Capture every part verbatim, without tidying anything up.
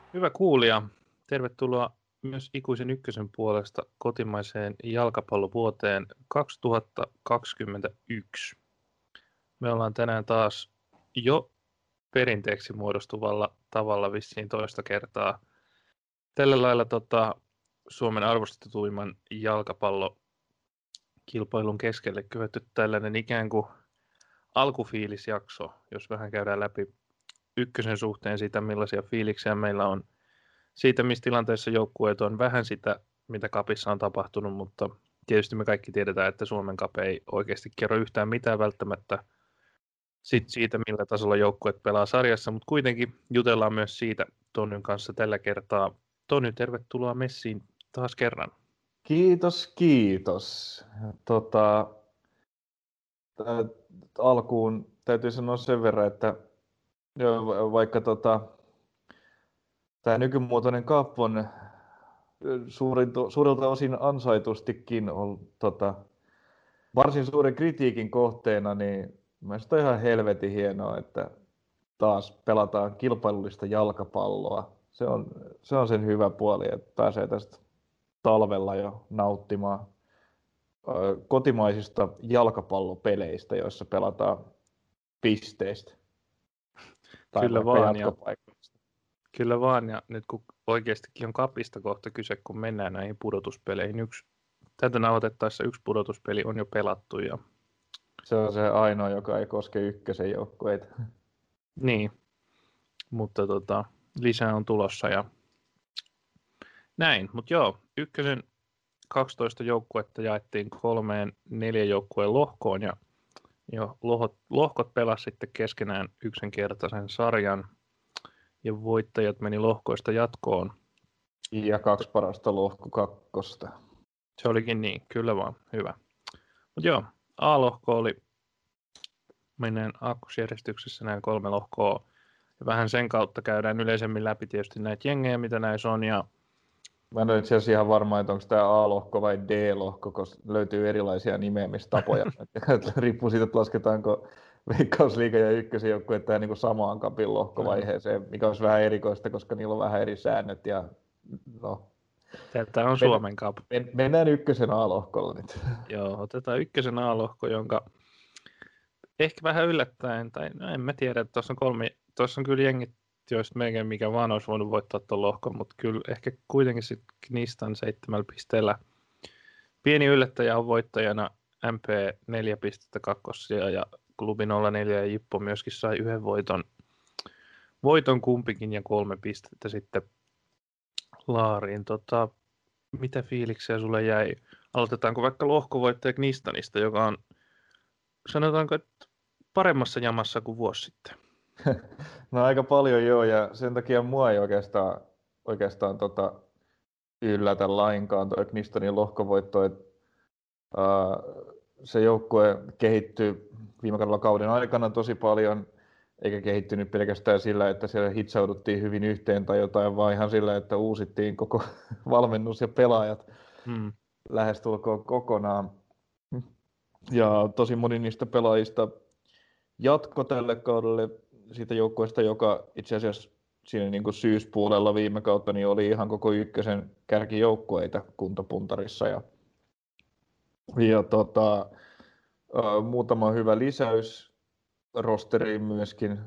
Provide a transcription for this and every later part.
Hyvä kuulija, tervetuloa myös Ikuisen ykkösen puolesta kotimaiseen jalkapallovuoteen kaksituhattakaksikymmentäyksi. Me ollaan tänään taas jo perinteeksi muodostuvalla tavalla vissiin toista kertaa tällä lailla tota, Suomen arvostetuimman jalkapallokilpailun keskelle kyvetty tällainen ikään kuin alkufiilisjakso, jos vähän käydään läpi ykkösen suhteen siitä, millaisia fiiliksiä meillä on siitä, missä tilanteessa joukkueet on, vähän sitä, mitä kapissa on tapahtunut, mutta tietysti me kaikki tiedetään, että Suomen Cup ei oikeasti kerro yhtään mitään välttämättä sit siitä, millä tasolla joukkueet pelaa sarjassa, mutta kuitenkin jutellaan myös siitä Tonnyn kanssa tällä kertaa. Tonny, tervetuloa messiin taas kerran. Kiitos, kiitos. Tota, alkuun täytyy sanoa sen verran, että jo, vaikka tota, tämä nykymuotoinen Cup on suurinto, suurelta osin ansaitustikin on tota, varsin suuren kritiikin kohteena, niin mielestäni on ihan helvetin hienoa, että taas pelataan kilpailullista jalkapalloa. Se on, se on sen hyvä puoli, että pääsee tästä talvella jo nauttimaan kotimaisista jalkapallopeleistä, joissa pelataan pisteistä. Tai Kyllä vaikka vaan, jatkopaikoista. Kyllä vaan, ja nyt kun oikeastikin on kapista kohta kyse, kun mennään näihin pudotuspeleihin, yksi, tätä nauhoitettaessa yksi pudotuspeli on jo pelattu. Ja... Se on se ainoa, joka ei koske ykkösen joukkueita. Niin, mutta tota, lisää on tulossa ja näin. Mutta joo, ykkösen kaksitoista joukkuetta jaettiin kolmeen neljän joukkueen lohkoon ja jo lohot, lohkot pelasi sitten keskenään yksinkertaisen sarjan ja voittajat meni lohkoista jatkoon. Ja kaksi parasta lohko kakkosta. Se olikin niin, kyllä vaan, hyvä. Mutta joo, A-lohko oli, mennään aakkosjärjestyksessä nämä kolme lohkoa. Ja vähän sen kautta käydään yleisemmin läpi tietysti näitä jengejä, mitä näissä on. Ja... Mä en ole itse asiassa ihan varma, että onko tämä A-lohko vai D-lohko, koska löytyy erilaisia nimeämistapoja. Riippuu siitä, että lasketaanko Veikkausliiga ja ykkösen joukkueet tähän niin kuin samaan kapin lohkovaiheeseen, mikä olisi vähän erikoista, koska niillä on vähän eri säännöt. Ja, no, Tämä on Suomen Cup. Men, mennään ykkösen A-lohkolla nyt. Joo, otetaan ykkösen A-lohko, jonka ehkä vähän yllättäen, tai no en mä tiedä, että tuossa on kolme, tuossa on kyllä jengit, joista melkein mikä vaan olisi voinut voittaa tuon lohkon, mutta kyllä ehkä kuitenkin sitten Knistan seitsemällä pisteellä. Pieni yllättäjä on voittajana M P neljä pistettä kakkosia ja klubi nolla neljä ja Jippo myöskin sai yhden voiton, voiton kumpikin ja kolme pistettä sitten laariin. Tota, mitä fiiliksiä sulle jäi? Aloitetaanko vaikka lohkovoittaja Knistanista, joka on, sanotaanko, että paremmassa jamassa kuin vuosi sitten? No aika paljon joo, ja sen takia mua ei oikeastaan, oikeastaan tota, yllätä lainkaan tuo Knistonin lohkovoitto. Et, uh, se joukkue kehittyi viime kaudella kauden aikana tosi paljon, eikä kehittynyt pelkästään sillä, että siellä hitsauduttiin hyvin yhteen tai jotain, vaan ihan sillä, että uusittiin koko valmennus ja pelaajat hmm. lähestulkoon kokonaan. Ja tosi moni niistä pelaajista jatko tälle kaudelle siitä joukkueesta, joka itse asiassa siinä niin kuin syyspuolella viime kautta niin oli ihan koko ykkösen kärkijoukkueita kuntapuntarissa. Ja, ja tota, muutama hyvä lisäys rosteriin myöskin.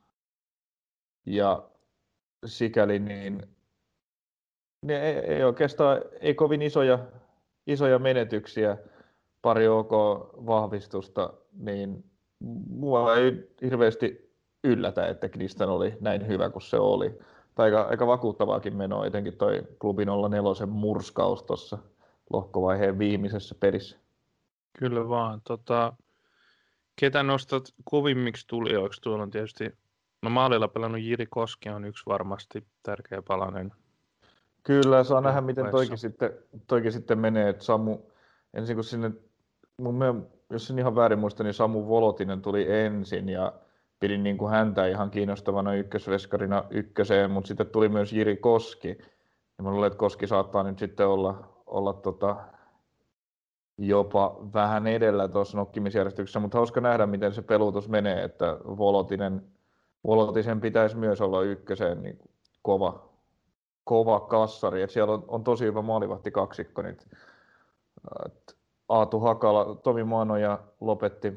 Ja sikäli niin ne ei, ei oikeastaan ei kovin isoja, isoja menetyksiä, pari OK vahvistusta, niin mua ei hirveästi yllätä, että Knistan oli näin hyvä kuin se oli. Tai aika, aika vakuuttavaakin menoa, etenkin toi klubi nolla neljä murskaus tuossa lohkovaiheen viimeisessä pelissä. Kyllä vaan. Tota, ketä nostat kovimmiksi tulijoiksi? Tuolla on tietysti, no maalilla pelannut Jiri Koski on yksi varmasti tärkeä palanen. Kyllä, saa nähdä miten toikin sitten, toikin sitten menee, että Samu, ensin kun sinne, mun mielestä, jos en ihan väärin muista, niin Samu Volotinen tuli ensin ja pidin niin kuin häntä ihan kiinnostavana ykkösveskarina ykköseen, mutta sitten tuli myös Jiri Koski. Ja mä luulen, että Koski saattaa nyt sitten olla, olla tota, jopa vähän edellä tuossa nokkimisjärjestyksessä, mutta hauska nähdä, miten se pelutus menee, että Volotinen, Volotisen pitäisi myös olla ykköseen niin kova, kova kassari. Et siellä on, on tosi hyvä maalivahti kaksikko. Niin, et Aatu Hakala, Tomi Maanoja lopetti,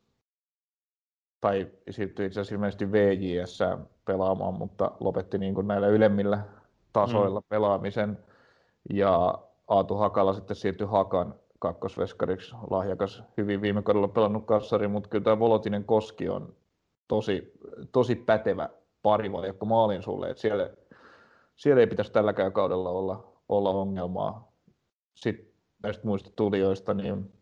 tai siirtyi itse asiassa ilmeisesti V J S pelaamaan, mutta lopetti niin kuin näillä ylemmillä tasoilla mm. pelaamisen. Ja Aatu Hakala sitten siirtyi Hakan kakkosveskariksi, lahjakas, hyvin viime kaudella pelannut kassari, mutta kyllä tämä Volotinen Koski on tosi, tosi pätevä parivaljakko maalin sulle, että siellä, siellä ei pitäisi tälläkään kaudella olla, olla ongelmaa. Sitten näistä muista tulijoista, niin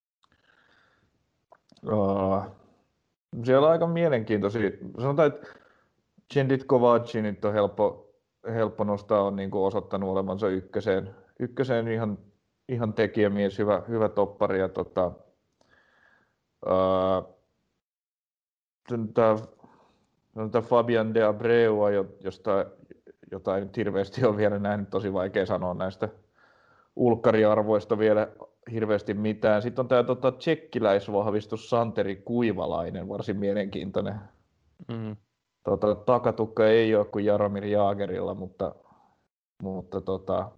uh, siellä on aika mielenkiintoisia. Sanotaan, että Jendit Kovacin nyt on helppo, helppo nostaa, on niin kuin osoittanut olevansa ykköseen, ykköseen ihan, ihan tekijämies, hyvä, hyvä toppari. Ja tota, uh, tämä Fabian de Abreua, josta, jota ei nyt hirveästi ole vielä nähnyt, tosi vaikea sanoa näistä ulkkariarvoista vielä hirveästi mitään. Sitten on tämä tota, tsekkiläisvahvistus Santeri Kuivalainen, varsin mielenkiintoinen. Mm. Tota, takatukka ei ole kuin Jaromir Jaagerilla, mutta, mutta tota,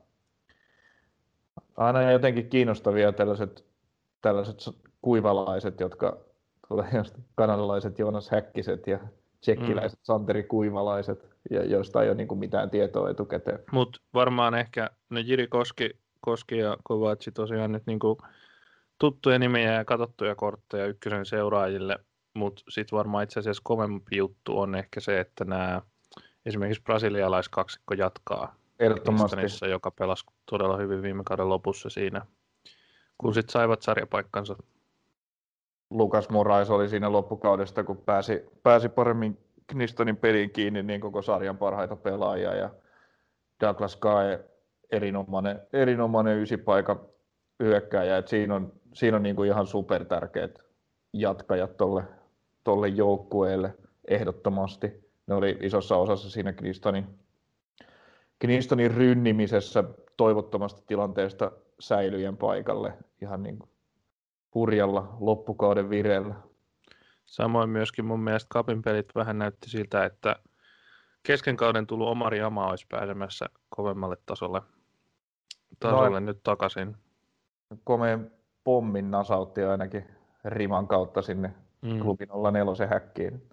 aina jotenkin kiinnostavia tällaiset, tällaiset kuivalaiset, jotka tulee kanadalaiset Joonas Häkkiset ja tsekkiläiset mm. Santeri Kuivalaiset, joista ei ole niin kuin mitään tietoa etukäteen. Mutta varmaan ehkä ne Jiri Koski, Koski ja Kovaci tosiaan nyt niin kuin tuttuja nimiä ja katsottuja kortteja ykkösen seuraajille, mutta sitten varmaan itse asiassa kovempi juttu on ehkä se, että nämä esimerkiksi brasilialaiskaksikko jatkaa Kingstonissa, joka pelasi todella hyvin viime kauden lopussa siinä, kun sitten saivat sarjapaikkansa. Lukas Morais oli siinä loppukaudesta, kun pääsi, pääsi paremmin Knistonin peliin kiinni, niin koko sarjan parhaita pelaajia. Ja Douglas Kae, erinomainen, erinomainen ysipaikan hyökkääjä. Et siinä on, siinä on niinku ihan super tärkeät jatkajat tolle, tolle joukkueelle ehdottomasti. Ne oli isossa osassa siinä Knistonin, Knistonin rynnimisessä toivottomasta tilanteesta säilyjen paikalle ihan niin kuin hurjalla loppukauden vireellä. Samoin myöskin mun mielestä Cupin pelit vähän näytti siltä, että kesken kauden tullut Omari Ama olisi pääsemässä kovemmalle tasolle, tasolle no, nyt takaisin. Komeen pommin nasautti ainakin riman kautta sinne mm. klubin nolla neljä häkkiin.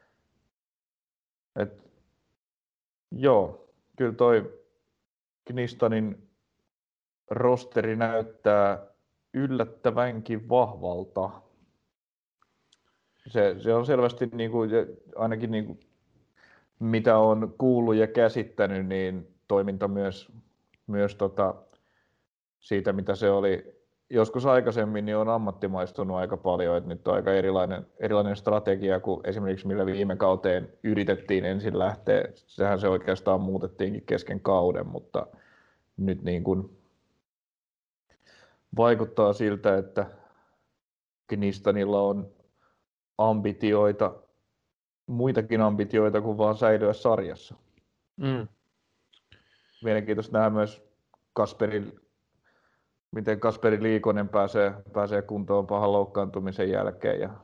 Et, joo, kyllä toi Knistonin rosteri näyttää yllättävänkin vahvalta. Se, se on selvästi niin kuin, ainakin niin kuin, mitä on kuullut ja käsittänyt, niin toiminta myös, myös tota, siitä, mitä se oli joskus aikaisemmin, niin on ammattimaistunut aika paljon. Että nyt on aika erilainen, erilainen strategia kuin esimerkiksi millä viime kauteen yritettiin ensin lähteä. Sehän se oikeastaan muutettiinkin kesken kauden, mutta nyt niin kuin vaikuttaa siltä, että Knistonilla on ambitioita, muitakin ambitioita kuin vaan säilyä sarjassa. Mm. Mielenkiintoista nähdä myös Kasperi, miten Kasperi Liikonen pääsee, pääsee kuntoon pahan loukkaantumisen jälkeen. Ja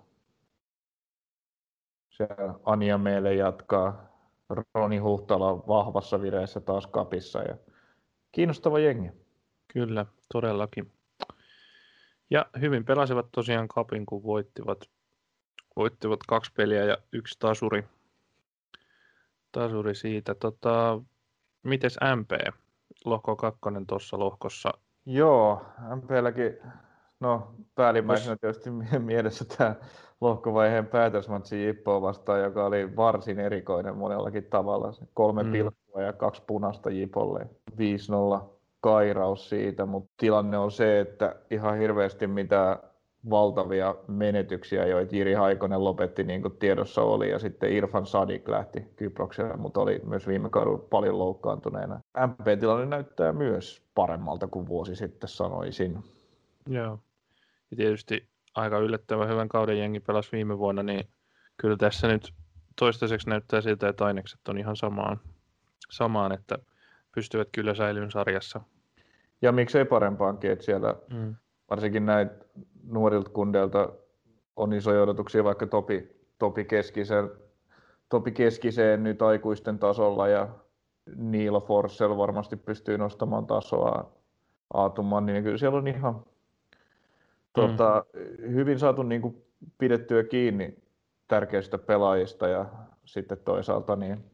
se Anja Meele jatkaa, Roni Huhtala vahvassa vireessä taas Cupissa. Ja kiinnostava jengi. Kyllä, todellakin. Ja hyvin pelasivat tosiaan Cupin, kun voittivat, voittivat kaksi peliä ja yksi tasuri, tasuri siitä. Tota, mites M P? Lohko kakkonen tuossa lohkossa. Joo, M P:lläkin, no päällimmäisenä tietysti mielessä tämä lohkovaiheen päätösmatsi Jippoa vastaan, joka oli varsin erikoinen monellakin tavalla. Kolme mm. pilkkua ja kaksi punaista Jipolle, viisi nolla. Kairaus siitä, mutta tilanne on se, että ihan hirveästi mitään valtavia menetyksiä, joita Jiri Haikonen lopetti, niin kuin tiedossa oli, ja sitten Irfan Sadik lähti Kyprokselle, mutta oli myös viime kaudella paljon loukkaantuneena. M P-tilanne näyttää myös paremmalta kuin vuosi sitten, sanoisin. Joo, ja tietysti aika yllättävän hyvän kauden jengi pelasi viime vuonna, niin kyllä tässä nyt toistaiseksi näyttää siltä, että ainekset on ihan samaan, samaan että pystyvät kyllä säilymään sarjassa. Ja miksei parempaankin, että siellä mm. varsinkin näitä nuorilta kundeilta on isoja odotuksia vaikka Topi, Topi, Keskiseen, Topi Keskiseen nyt aikuisten tasolla ja Niilo Forssell varmasti pystyy nostamaan tasoa. Aatumaan, niin kyllä siellä on ihan mm. tota, hyvin saatu niin kuin pidettyä kiinni tärkeistä pelaajista ja sitten toisaalta niin,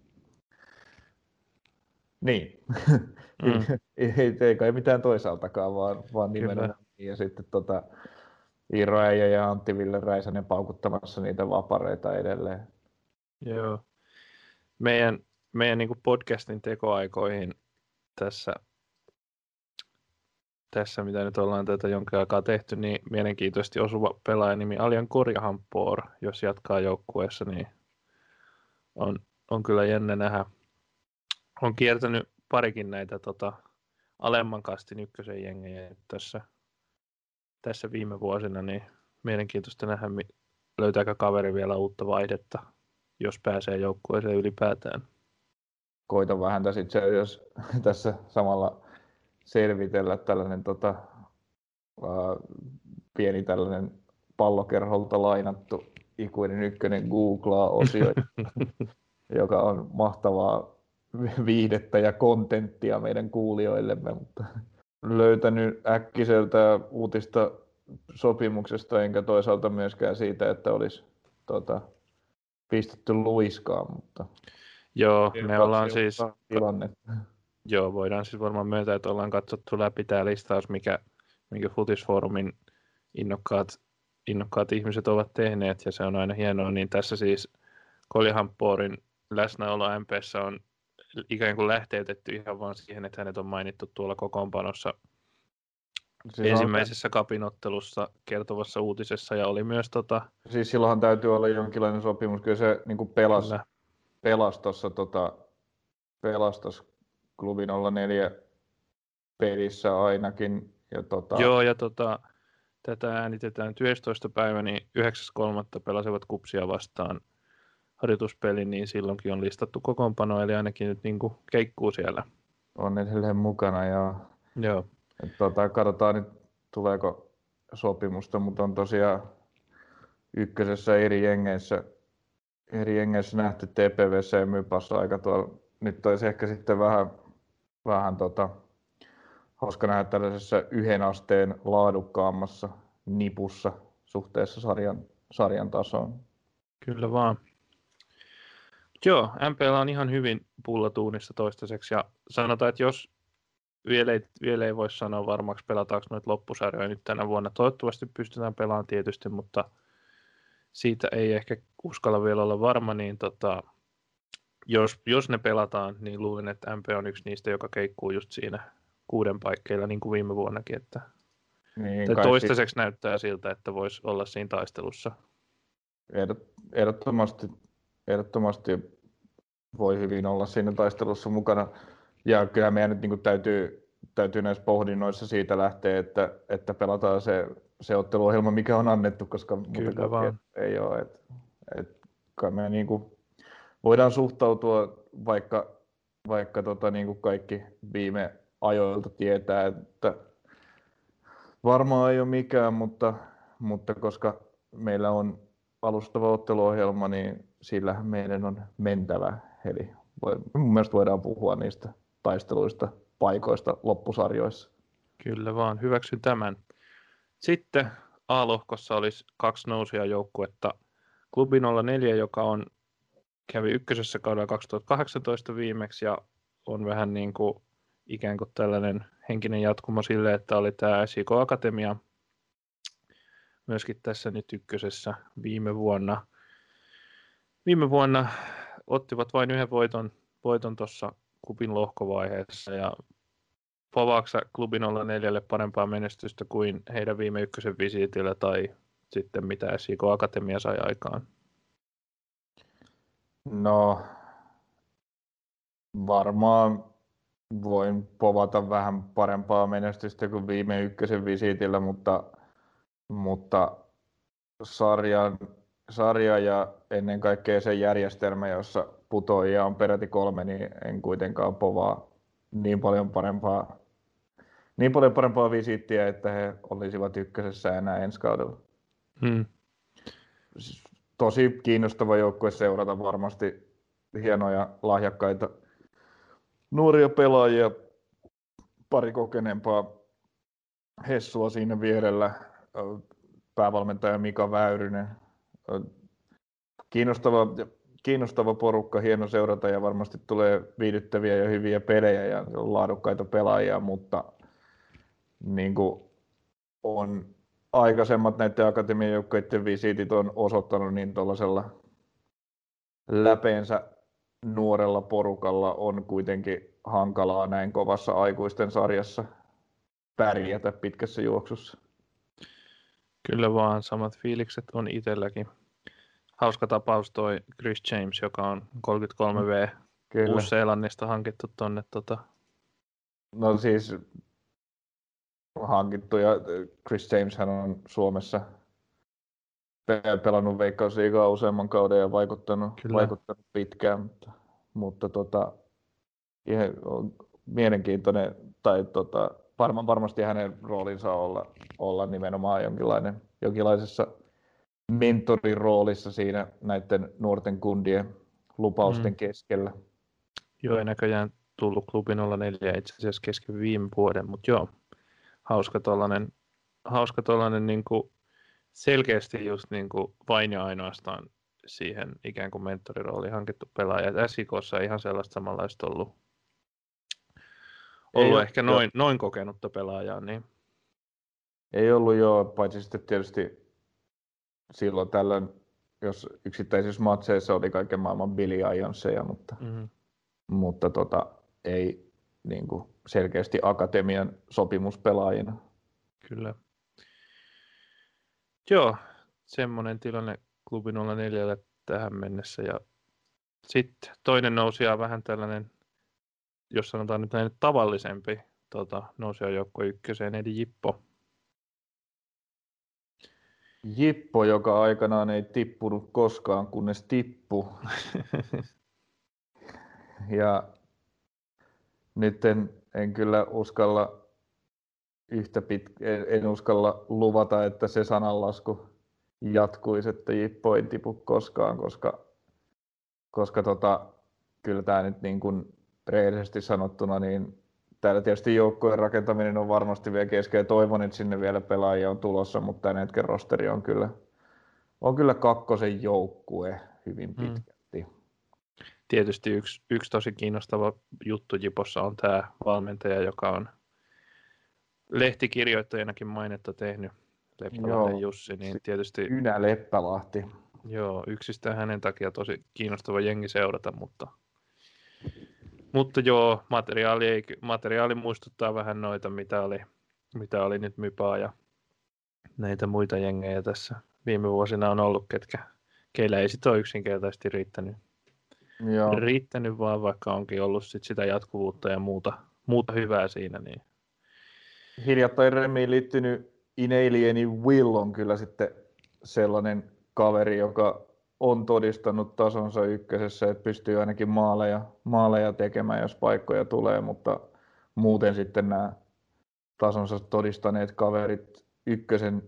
niin. Mm. ei, ei, ei kai mitään toisaaltakaan, vaan, vaan nimenomaan. Ja sitten tota, Iiro Äijä ja Antti Ville Räisänen paukuttamassa niitä vapareita edelleen. Joo. Meidän, meidän niin kuin podcastin tekoaikoihin tässä, tässä, mitä nyt ollaan tätä jonkin aikaa tehty, niin mielenkiintoisesti osuva pelaajan nimi Aljan Korjahampoor, jos jatkaa joukkueessa, niin on, on kyllä jännä nähdä. On kiertänyt parikin näitä tota, alemman kastin ykkösen jengejä tässä, tässä viime vuosina, niin mielenkiintoista nähdä, löytääkö kaveri vielä uutta vaihdetta, jos pääsee joukkueeseen ylipäätään. Koitan vähän tässä itse jos tässä samalla selvitellä tällainen tota, ää, pieni tällainen pallokerholta lainattu ikuinen ykkönen googlaa-osio, joka on mahtavaa viihdettä ja kontenttia meidän kuulijoillemme, mutta löytänyt äkkiseltä uutista sopimuksesta, enkä toisaalta myöskään siitä, että olisi tota, pistetty luiskaan, mutta joo, me ollaan siis tilanne. Joo, voidaan siis varmaan myöntää, että ollaan katsottu läpi tämä listaus, mikä, minkä Futisfoorumin innokkaat, innokkaat ihmiset ovat tehneet, ja se on aina hienoa, niin tässä siis Koljahampoorin läsnäolo M P:ssä on ikään kuin lähteytetty ihan vaan siihen, että hänet on mainittu tuolla kokoonpanossa siis ensimmäisessä on kapinottelussa kertovassa uutisessa, ja oli myös tota... Siis silloinhan täytyy olla jonkinlainen sopimus, kyllä se niin kuin pelasi, pelasi tuossa tota, pelasi tuossa klubi nolla neljä pelissä ainakin. Ja tota... Joo, ja tota, tätä äänitetään yhdestoista päivä, niin yhdeksäs kolmatta pelasivat Kupsia vastaan harjoituspeli, niin silloinkin on listattu kokoonpano, eli ainakin nyt niin kuin keikkuu siellä. On edelleen mukana, joo. Joo. Et tota, katsotaan nyt, tuleeko sopimusta, mutta on tosiaan ykkösessä eri jengeissä, eri jengeissä nähty T P V:ssä ja Mypassa aika tuolla. Nyt olisi ehkä sitten vähän, vähän tota, hauska nähdä tällaisessa yhden asteen laadukkaammassa nipussa suhteessa sarjan, sarjan tasoon. Kyllä vaan. Joo, M P:llä on ihan hyvin pullatuunissa toistaiseksi, ja sanotaan, että jos vielä ei, vielä ei voi sanoa varmaksi pelataanko noita loppusarjoja nyt tänä vuonna. Toivottavasti pystytään pelaamaan tietysti, mutta siitä ei ehkä uskalla vielä olla varma, niin tota, jos, jos ne pelataan, niin luulen, että M P on yksi niistä, joka keikkuu just siinä kuuden paikkeilla, niin kuin viime vuonnakin, että niin, toistaiseksi näyttää siltä, että voisi olla siinä taistelussa. Ehdottomasti, ehdottomasti voi hyvin olla siinä taistelussa mukana. Ja kyllä meidän nyt niin kuin täytyy, täytyy näissä pohdinnoissa siitä lähteä, että, että pelataan se, se otteluohjelma, mikä on annettu, koska muuten ei ole. Et, et, kai me niin kuin voidaan suhtautua, vaikka, vaikka tota, niin kuin kaikki viime ajoilta tietää, että varmaan ei ole mikään, mutta, mutta koska meillä on alustava otteluohjelma, niin sillä meidän on mentävä. Eli mun mielestä voidaan puhua niistä taisteluista, paikoista loppusarjoissa. Kyllä vaan, hyväksyn tämän. Sitten A-lohkossa olisi kaksi nousijajoukkuetta. Klubi nolla neljä, joka on, kävi ykkösessä kaudella kaksituhattakahdeksantoista viimeksi ja on vähän niin kuin ikään kuin tällainen henkinen jatkumo sille, että oli tämä S I K Akatemia myöskin tässä nyt ykkösessä viime vuonna. Viime vuonna ottivat vain yhden voiton, voiton tuossa klubin lohkovaiheessa ja povaaksa klubi nolla neljä parempaa menestystä kuin heidän viime ykkösen visiitillä tai sitten mitä S I K Akatemia sai aikaan? No, varmaan voin povata vähän parempaa menestystä kuin viime ykkösen visiitillä, mutta, mutta sarjan, sarja ja ennen kaikkea se järjestelmä, jossa putoajia on peräti kolme, niin en kuitenkaan povaa niin paljon parempaa, niin paljon parempaa visiittiä, että he olisivat ykkösessä enää ensi kaudella. Hmm. Tosi kiinnostava joukkue seurata, varmasti hienoja lahjakkaita nuoria pelaajia, pari kokeneempaa hessua siinä vierellä, päävalmentaja Mika Väyrynen. Kiinnostava, kiinnostava porukka, hieno seurata ja varmasti tulee viihdyttäviä ja hyviä pelejä ja laadukkaita pelaajia, mutta niin kuin on aikaisemmat näiden akatemian joukkueiden visiitit on osoittanut, niin tuollaisella läpeensä nuorella porukalla on kuitenkin hankalaa näin kovassa aikuisten sarjassa pärjätä pitkässä juoksussa. Kyllä vaan, samat fiilikset on itselläkin. Hauska tapaus toi Chris James, joka on kolmekymmentäkolme vuotias Uus-Seelannista hankittu tonne. Tota... No siis hankittu ja Chris James hän on Suomessa pelannut Veikkausliigaa useamman kauden ja vaikuttanut, vaikuttanut pitkään, mutta, mutta tota, ihan on mielenkiintoinen, tai tota, varma, varmasti hänen roolinsa olla, olla nimenomaan jonkinlainen, jonkinlaisessa mentorin roolissa siinä näiden nuorten kundien lupausten mm. keskellä. Joo, ei näköjään tullut klubi nolla neljä itse asiassa kesken viime vuoden, mutta joo, hauska tollainen, hauska tollainen niin kuin selkeästi just niin kuin vain ja ainoastaan siihen ikään kuin mentorirooliin hankittu pelaaja. S I K:ssa ei ihan sellaista samanlaista ollut, ollut ei ehkä noin, noin kokenutta pelaajaa. Niin. Ei ollut joo, paitsi sitten tietysti silloin tällöin, jos yksittäisissä matseissa oli kaiken maailman Billy Ionsseja, mutta, mm-hmm. mutta tota, ei niin kuin selkeästi akatemian sopimuspelaajina. Kyllä. Joo, semmoinen tilanne klubi nolla neljä tähän mennessä. Ja sitten toinen nousija vähän tällainen, jos sanotaan nyt näin tavallisempi tota, nousija joukko ykköseen, eli Jippo. Jippo, joka aikanaan ei tippunut koskaan, kunnes tippu. Ja nyt en, en kyllä uskalla yhtä pit, en, en uskalla luvata, että se sananlasku jatkuisi, että Jippo ei tipu koskaan, koska, koska tota, kyllä tämä nyt niin kuin rehellisesti sanottuna, niin täällä tietysti joukkojen rakentaminen on varmasti vielä kesken ja toivon, että sinne vielä pelaajia on tulossa, mutta tämän hetken rosteri on kyllä, on kyllä kakkosen joukkue hyvin pitkälti. Hmm. Tietysti yksi, yksi tosi kiinnostava juttu Jipossa on tämä valmentaja, joka on lehtikirjoittajanakin mainetta tehnyt, Leppälahden Jussi, niin tietysti... Ynä Leppälahti. Joo, yksistään hänen takia tosi kiinnostava jengi seurata, mutta... Mutta joo, materiaali, ei, materiaali muistuttaa vähän noita, mitä oli, mitä oli nyt Mypaa ja näitä muita jengejä tässä viime vuosina on ollut, ketkä, keillä ei sitä ole yksinkertaisesti riittänyt. Joo. Riittänyt vaan, vaikka onkin ollut sit sitä jatkuvuutta ja muuta, muuta hyvää siinä. Niin. Hiljattain Remiin liittynyt Inalieni Will on kyllä sitten sellainen kaveri, joka on todistanut tasonsa ykkösessä, että pystyy ainakin maaleja, maaleja tekemään, jos paikkoja tulee, mutta muuten sitten nämä tasonsa todistaneet kaverit ykkösen,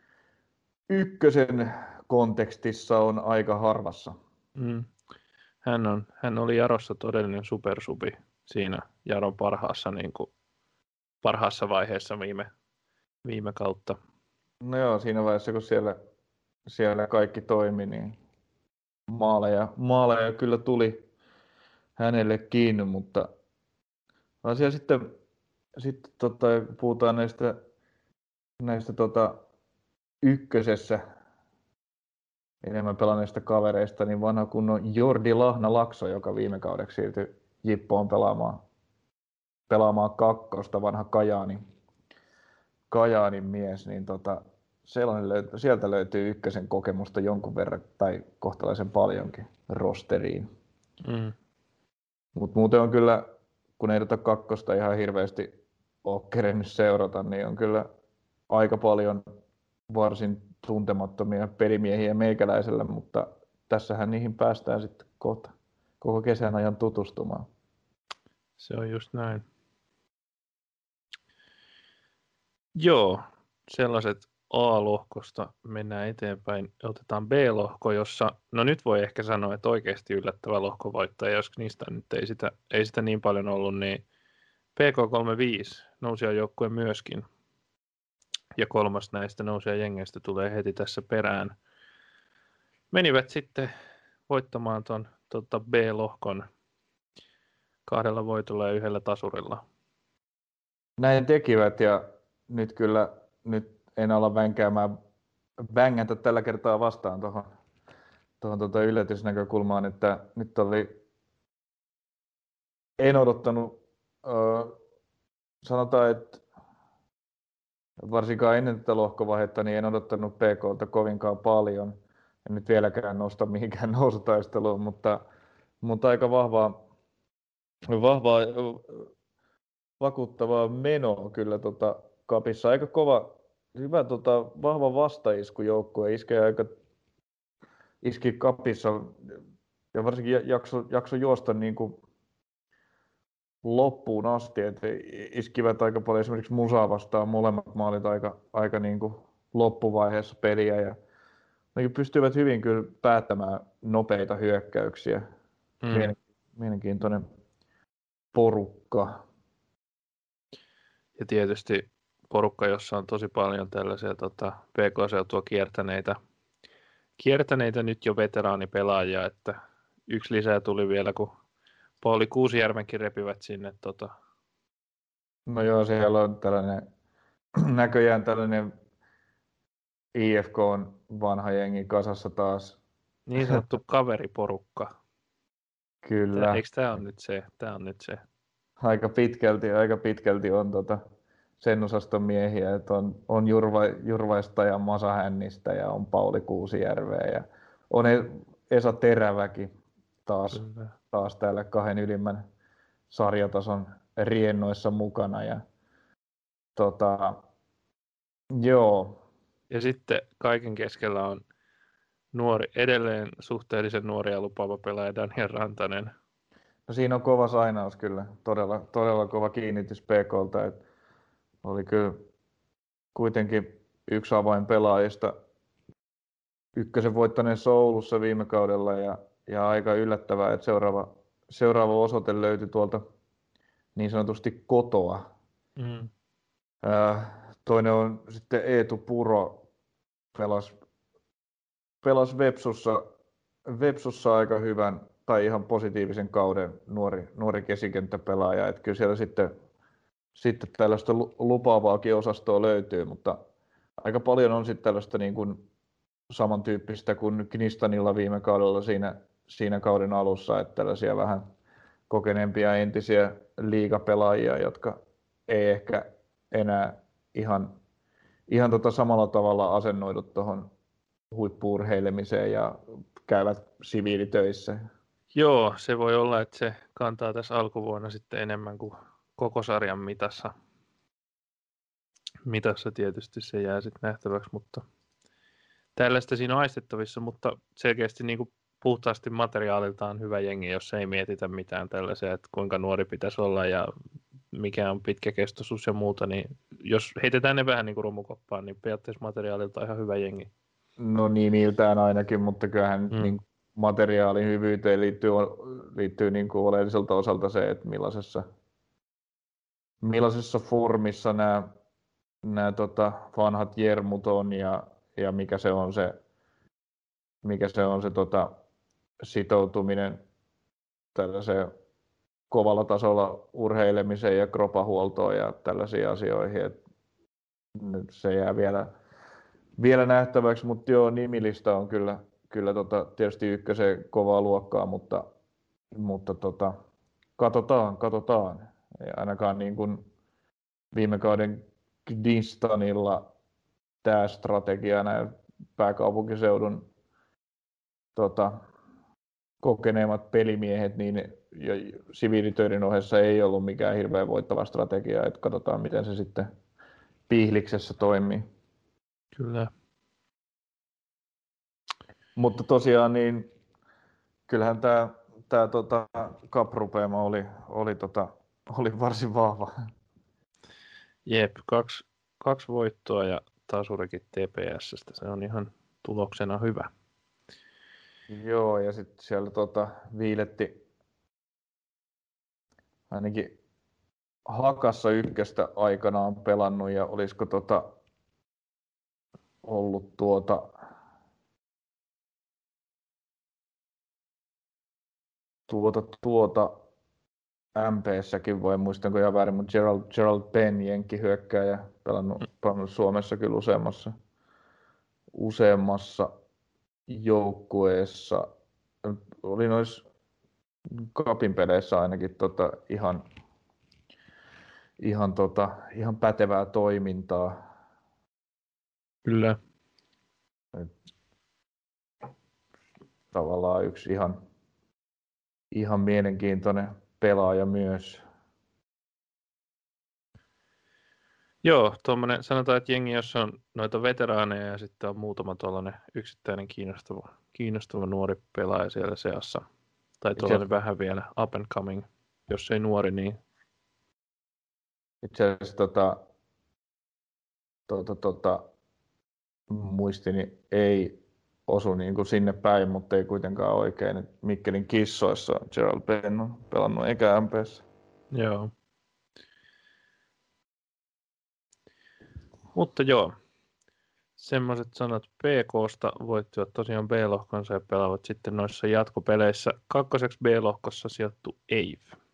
ykkösen kontekstissa on aika harvassa. Mm. Hän, on, hän oli Jarossa todellinen supersubi siinä Jaron parhaassa, niin kuin, parhaassa vaiheessa viime, viime kautta. No joo, siinä vaiheessa kun siellä, siellä kaikki toimi, niin maaleja, maaleja kyllä tuli hänelle kiinni, mutta asia sitten, sitten tota, puhutaan näistä, näistä tota, ykkösessä enemmän pelanneista kavereista, niin vanha kunnon Jordi Lahna-Lakso, joka viime kaudeksi siirtyi Jippoon pelaamaan, pelaamaan kakkosta, vanha Kajaani, Kajaanin mies, niin tota, löytyy, sieltä löytyy ykkösen kokemusta jonkun verran tai kohtalaisen paljonkin rosteriin. Mm. Mutta muuten on kyllä, kun ei tätä kakkosta ihan hirveästi ole kerennyt seurata, niin on kyllä aika paljon varsin tuntemattomia pelimiehiä meikäläiselle, mutta tässähän niihin päästään sitten kohta koko kesän ajan tutustumaan. Se on just näin. Joo, sellaiset A-lohkosta mennään eteenpäin. Otetaan B-lohko, jossa, no nyt voi ehkä sanoa, että oikeasti yllättävä lohkovoittaja, jos niistä nyt ei sitä, ei sitä niin paljon ollut, niin P K kolmekymmentäviisi nousijajoukkue myöskin. Ja kolmas näistä nousijajengeistä tulee heti tässä perään. Menivät sitten voittamaan tuon tota B-lohkon kahdella voitolla ja yhdellä tasurilla. Näin tekivät ja nyt kyllä nyt en ala vänkäämään vängäntä tällä kertaa vastaan tuohon tuohon tuota yllätysnäkökulmaan, että nyt oli, en odottanut, äh, sanotaan, että varsinkaan ennen tätä lohkovaihetta, niin en odottanut P K:lta kovinkaan paljon. En nyt vieläkään nosta mihinkään nousutaisteluun, mutta, mutta aika vahvaa, vahvaa vakuuttavaa menoa kyllä tota kapissa. Aika kova, hyvä tota, vahva vastaiskujoukkue, iskee aika iski kapissa ja varsinkin jakso, jakso juosta niin kuin loppuun asti, että iskivät aika paljon esimerkiksi Musaa vastaan molemmat maalit aika, aika niin kuin loppuvaiheessa peliä ja pystyvät hyvin kyllä päättämään nopeita hyökkäyksiä. Mm. Mielenkiintoinen porukka. Ja tietysti porukka, jossa on tosi paljon tällaisia tota, P K-seutua kiertäneitä, kiertäneitä nyt jo veteraanipelaajia, että yksi lisää tuli vielä, kun Pauli Kuusijärvenkin repivät sinne. Tota. No joo, siellä on tällainen näköjään tällainen I F K on vanha jengi kasassa taas. Niin sanottu kaveriporukka. Kyllä. Tää, eikö tämä on nyt se? Tää on nyt se. Aika pitkälti, aika pitkälti on tota sen osaston miehiä, että on, on Jurva, Jurvaista ja Masa Hännistä ja on Pauli Kuusijärveä ja on Esa Teräväki taas, taas täällä kahden ylimmän sarjatason riennoissa mukana. Ja, tota, joo. Ja sitten kaiken keskellä on nuori, edelleen suhteellisen nuori ja lupaava pelaaja Daniel Rantanen. No siinä on kova sainaus kyllä, todella, todella kova kiinnitys P K:lta. Et oli kyllä kuitenkin yksi avainpelaajista ykkösen voittaneen Oulussa viime kaudella ja, ja aika yllättävää, että seuraava, seuraava osoite löytyi tuolta niin sanotusti kotoa. Mm. Äh, toinen on sitten Eetu Puro, pelasi pelas Vepsussa, Vepsussa aika hyvän tai ihan positiivisen kauden nuori, nuori keskikenttäpelaaja. Että kyllä siellä sitten, sitten tällaista lupaavaakin osastoa löytyy, mutta aika paljon on sitten tällaista niin kuin samantyyppistä kuin Knistanilla viime kaudella siinä, siinä kauden alussa, että tällaisia vähän kokeneempia entisiä liigapelaajia, jotka ei ehkä enää ihan, ihan tota samalla tavalla asennoidu tuohon huippu-urheilemiseen ja käyvät siviilitöissä. Joo, se voi olla, että se kantaa tässä alkuvuonna sitten enemmän kuin koko sarjan mitassa. Mitassa tietysti se jää sitten nähtäväksi, mutta tällaista siinä on aistettavissa, mutta selkeästi niin kuin puhtaasti materiaaliltaan hyvä jengi, jos ei mietitä mitään tällaisia, että kuinka nuori pitäisi olla ja mikä on pitkäkestoisuus ja muuta, niin jos heitetään ne vähän niin kuin romukoppaan, niin periaatteessa materiaalilta ihan hyvä jengi. No nimiltään ainakin, mutta kyllähän mm. niin materiaalin hyvyyteen liittyy, liittyy niin kuin oleelliselta osalta se, että millaisessa, millaisessa formissa nämä, nämä tota, vanhat jermut on ja, ja mikä se on se, mikä se, on se tota, sitoutuminen tällaiseen kovalla tasolla urheilemiseen ja kropahuoltoon ja tällaisiin asioihin. Et nyt se jää vielä, vielä nähtäväksi, mutta joo, nimilista on kyllä, kyllä tota, tietysti ykkösen kovaa luokkaa, mutta, mutta tota, katsotaan, katsotaan. Ei ainakaan niin kuin viime kauden Knistanilla tämä strategia näin pääkaupunkiseudun tota, kokeneemmat pelimiehet, niin ja siviilitöiden ohessa ei ollut mikään hirveän voittava strategia, että katsotaan miten se sitten Pihliksessä toimii. Kyllä. Mutta tosiaan niin kyllähän tämä tää tota Cup-rupeama oli, oli, tota, oli varsin vahva. Jep, kaksi, kaksi voittoa ja tasurikin T P S:stä. Se on ihan tuloksena hyvä. Joo, ja sitten siellä tota, Viiletti ainakin Hakassa ykköstä aikanaan pelannut, ja olisiko tota, ollut tuota, tuota, tuota M P:ssäkin, voi muistanko ihan väärin, mutta Gerald, Gerald Penn, jenkkihyökkääjä, pelannut, pelannut Suomessa kyllä useammassa, useammassa joukkueessa. Oli noissa Cupin peleissä ainakin tota, ihan, ihan, tota, ihan pätevää toimintaa. Kyllä. Tavallaan yksi ihan, ihan mielenkiintoinen pelaaja myös. Joo, tuommoinen, sanotaan, että jengi, jossa on noita veteraaneja ja sitten on muutama tuollainen yksittäinen kiinnostava, kiinnostava nuori pelaaja siellä seassa. Tai tuollainen vähän vielä up and coming, jos ei nuori, niin... Itse asiassa tota, tota, tota, muistini ei osu niin kuin sinne päin, mutta ei kuitenkaan oikein. Et Mikkelin Kissoissa Gerald Penn on pelannut eikä M P:ssä. Joo. Mutta joo, semmoiset sanat P K:sta voittivat tosiaan B-lohkonsa ja pelaavat sitten noissa jatkopeleissä. Kakkoseksi B-lohkossa sijoittu E I F.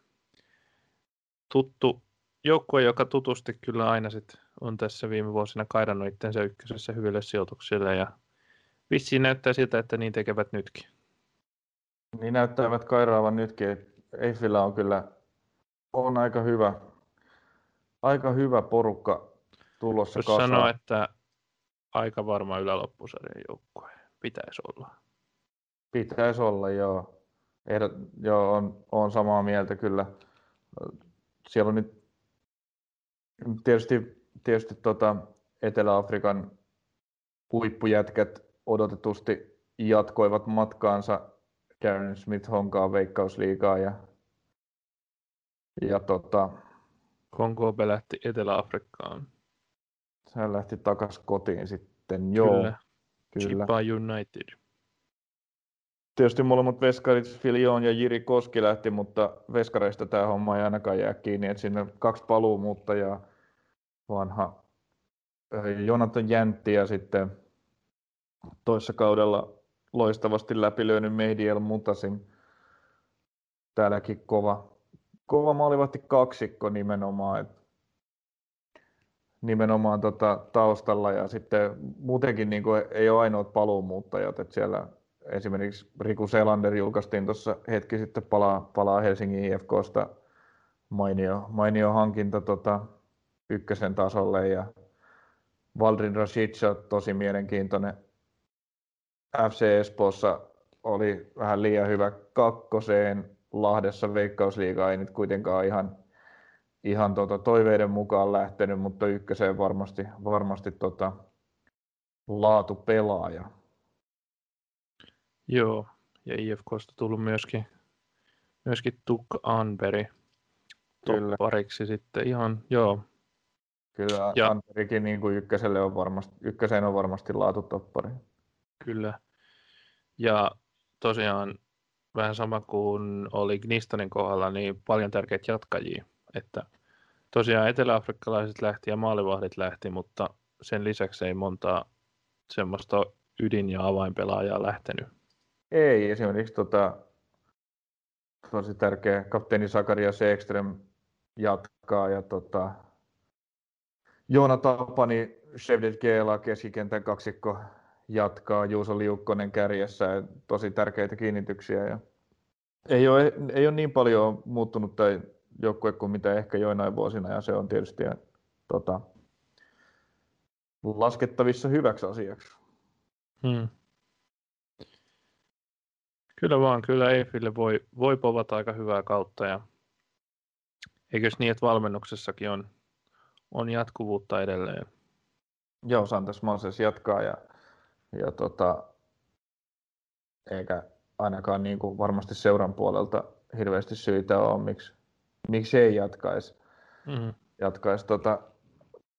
Tuttu joukkue, joka tutusti kyllä aina sit on tässä viime vuosina kairannut itsensä ykkösessä hyville sijoituksille ja vissiin näyttää siltä, että niin tekevät nytkin. Niin näyttävät kairaavan nytkin. Eiffillä on kyllä on aika hyvä, aika hyvä porukka tulossa Jos kasaan. sanoo, että aika varma yläloppusarjan joukkue pitäisi olla. Pitäisi olla, joo. Ehdot, joo, on, on samaa mieltä kyllä. Siellä on nyt tietysti, tietysti tota Etelä-Afrikan huippujätkät odotetusti jatkoivat matkaansa Karen Smith-Honkaan Veikkausliigaa ja, ja tota, Kongo lähti Etelä-Afrikkaan. hän lähti takaisin kotiin sitten, joo. Kyllä. Kyllä. Chippa United. Tietysti molemmat veskarit, Filion ja Jiri Koski lähti, mutta veskareista tämä homma ei ainakaan jää kiinni, että sinne kaksi paluumuuttajaa, vanha Jonathan Jäntti ja sitten toissa kaudella loistavasti läpilyönyt Mehdi El Mutasim. Täälläkin kova, kova maalivahti kaksikko nimenomaan, et, nimenomaan tota, taustalla ja sitten muutenkin niin kuin ei ole ainoat paluumuuttajat, että siellä esimerkiksi Riku Selander julkaistiin tuossa hetki sitten palaa, palaa Helsingin I F K:sta mainio, mainio hankinta tota, ykkösen tasolle ja Valdrin Rashica tosi mielenkiintoinen. F C Espoossa oli vähän liian hyvä kakkoseen, Lahdessa Veikkausliiga ei nyt kuitenkaan ihan, ihan tota toiveiden mukaan lähtenyt, mutta ykköseen varmasti, varmasti tota laatupelaaja. Joo, ja I F K:sta tullut myöskin, myöskin Tukka Anberi toppariksi sitten ihan, joo. Kyllä Ja, Anterikin niin kuin ykköselle on varmasti, ykköseen on varmasti laatutoppari. Kyllä. Ja tosiaan vähän sama kuin oli Gnistonin kohdalla, niin paljon tärkeitä jatkajia. Että tosiaan eteläafrikkalaiset lähti ja maalivahdit lähti, mutta sen lisäksi ei montaa semmoista ydin- ja avainpelaajaa lähtenyt. Ei, esimerkiksi tota, tosi tärkeä kapteeni Sakarias Ekström jatkaa ja tota, Joona Tapani, Shevdet Geela, keskikentän kaksikko jatkaa, Juuso Liukkonen kärjessä, ja tosi tärkeitä kiinnityksiä. Ja ei, ole, ei ole niin paljon muuttunut tämä joukkue kuin mitä ehkä joinain vuosina, ja se on tietysti tota, laskettavissa hyväksi asiaksi. Hmm. Kyllä vaan, kyllä Eiffille voi, voi povata aika hyvää kautta. Ja eikös niin, että valmennuksessakin on, on jatkuvuutta edelleen? Joo, Santos Moses jatkaa ja, ja tota, eikä ainakaan niin kuin varmasti seuran puolelta hirveästi syitä ole, miksi, miksi ei jatkaisi, Mm-hmm. jatkaisi tota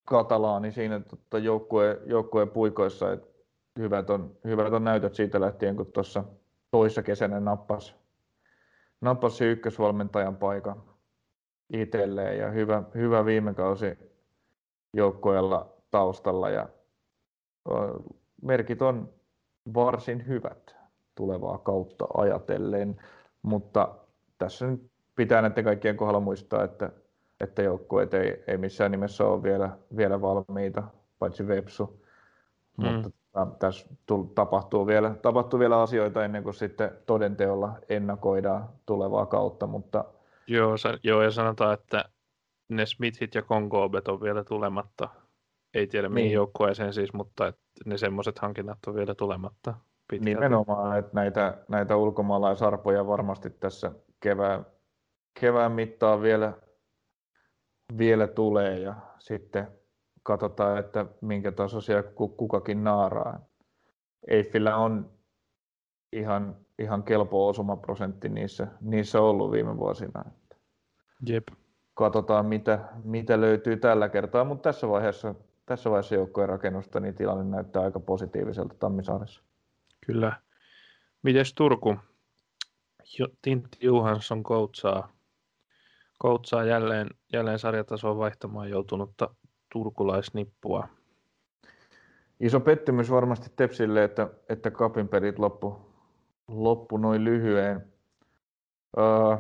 Katalaani siinä tota, joukkueen, joukkueen puikoissa. Et hyvät, on, hyvät on näytöt siitä lähtien, kun tuossa toissa kesänä nappasi nappasi ykkösvalmentajan paikan itselleen ja hyvä, hyvä viime kausi joukkueella taustalla ja merkit on varsin hyvät tulevaa kautta ajatellen, mutta tässä nyt pitää näiden kaikkien kohdalla muistaa, että, että joukkueet ei, ei missään nimessä ole vielä, vielä valmiita, paitsi Vepsu, mm. mutta tässä tapahtuu vielä, tapahtuu vielä asioita ennen kuin sitten todenteolla ennakoidaan tulevaa kautta, mutta Joo, joo ja sanotaan, että ne Smithit ja Kongoobet on vielä tulematta. Ei tiedä mihin niin. joukkueeseen siis, mutta että ne semmoiset hankinnat on vielä tulematta pitkälti. Nimenomaan, että näitä, näitä ulkomaalaisarpoja varmasti tässä kevään, kevään mittaan vielä, vielä tulee ja sitten katsotaan, että minkä tasoisia kukakin naaraa. Eiffillä on ihan, ihan kelpo osumaprosentti niissä, niissä ollut viime vuosina. Jep. Katsotaan, mitä, mitä löytyy tällä kertaa, mutta tässä vaiheessa, tässä vaiheessa joukkojen rakennusta niin tilanne näyttää aika positiiviselta Tammisaaressa. Kyllä. Mites Turku? Tintti Johansson coachaa, coachaa jälleen, jälleen sarjatasoon vaihtamaan joutunutta turkulaisnippua. Iso pettymys varmasti Tepsille, että, että Cupin pelit loppu, loppu noin lyhyen. Öö,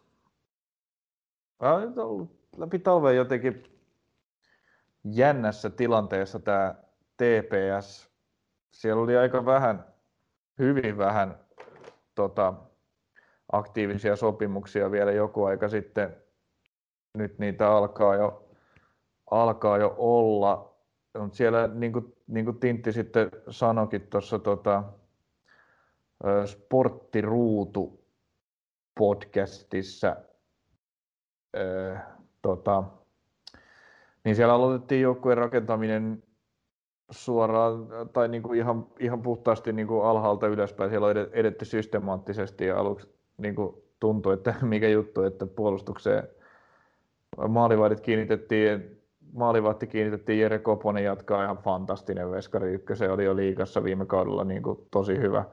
on ollut läpi talven jotenkin jännässä tilanteessa tämä T P S. Siellä oli aika vähän, hyvin vähän tota, aktiivisia sopimuksia vielä joku aika sitten. Nyt niitä alkaa jo, alkaa jo olla. Mutta siellä, niin kuin, niin kuin Tintti sitten sanoikin tuossa tota, Sporttiruutu podcastissa, ää, tota, niin siellä aloitettiin joukkueen rakentaminen suoraan tai niin kuin ihan, ihan puhtaasti niin kuin alhaalta ylöspäin. Siellä on edetty systemaattisesti ja aluksi niin kuin tuntui, että mikä juttu, että puolustukseen maalivahdit kiinnitettiin Maalivahti kiinnitettiin, Jere Koponen jatkaa ihan fantastinen veskari ykkösen, oli jo liigassa viime kaudella niin kuin tosi hyvä.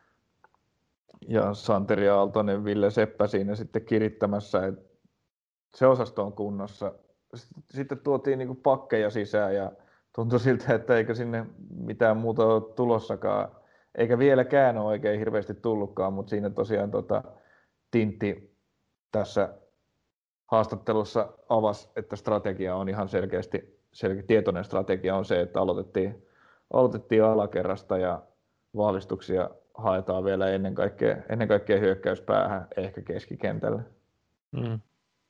Ja Santeri Aaltonen, Ville Seppä siinä sitten kirittämässä, että se osasto on kunnossa. Sitten tuotiin niin kuin pakkeja sisään ja tuntui siltä, että eikä sinne mitään muuta ole tulossakaan. Eikä vieläkään ole oikein hirveästi tullutkaan, mutta siinä tosiaan tota, Tintti tässä haastattelussa avasi, että strategia on ihan selkeästi, selkeä, tietoinen strategia on se, että aloitettiin, aloitettiin alakerrasta ja vahvistuksia haetaan vielä ennen kaikkea, ennen kaikkea hyökkäyspäähän, ehkä keskikentälle. Mm.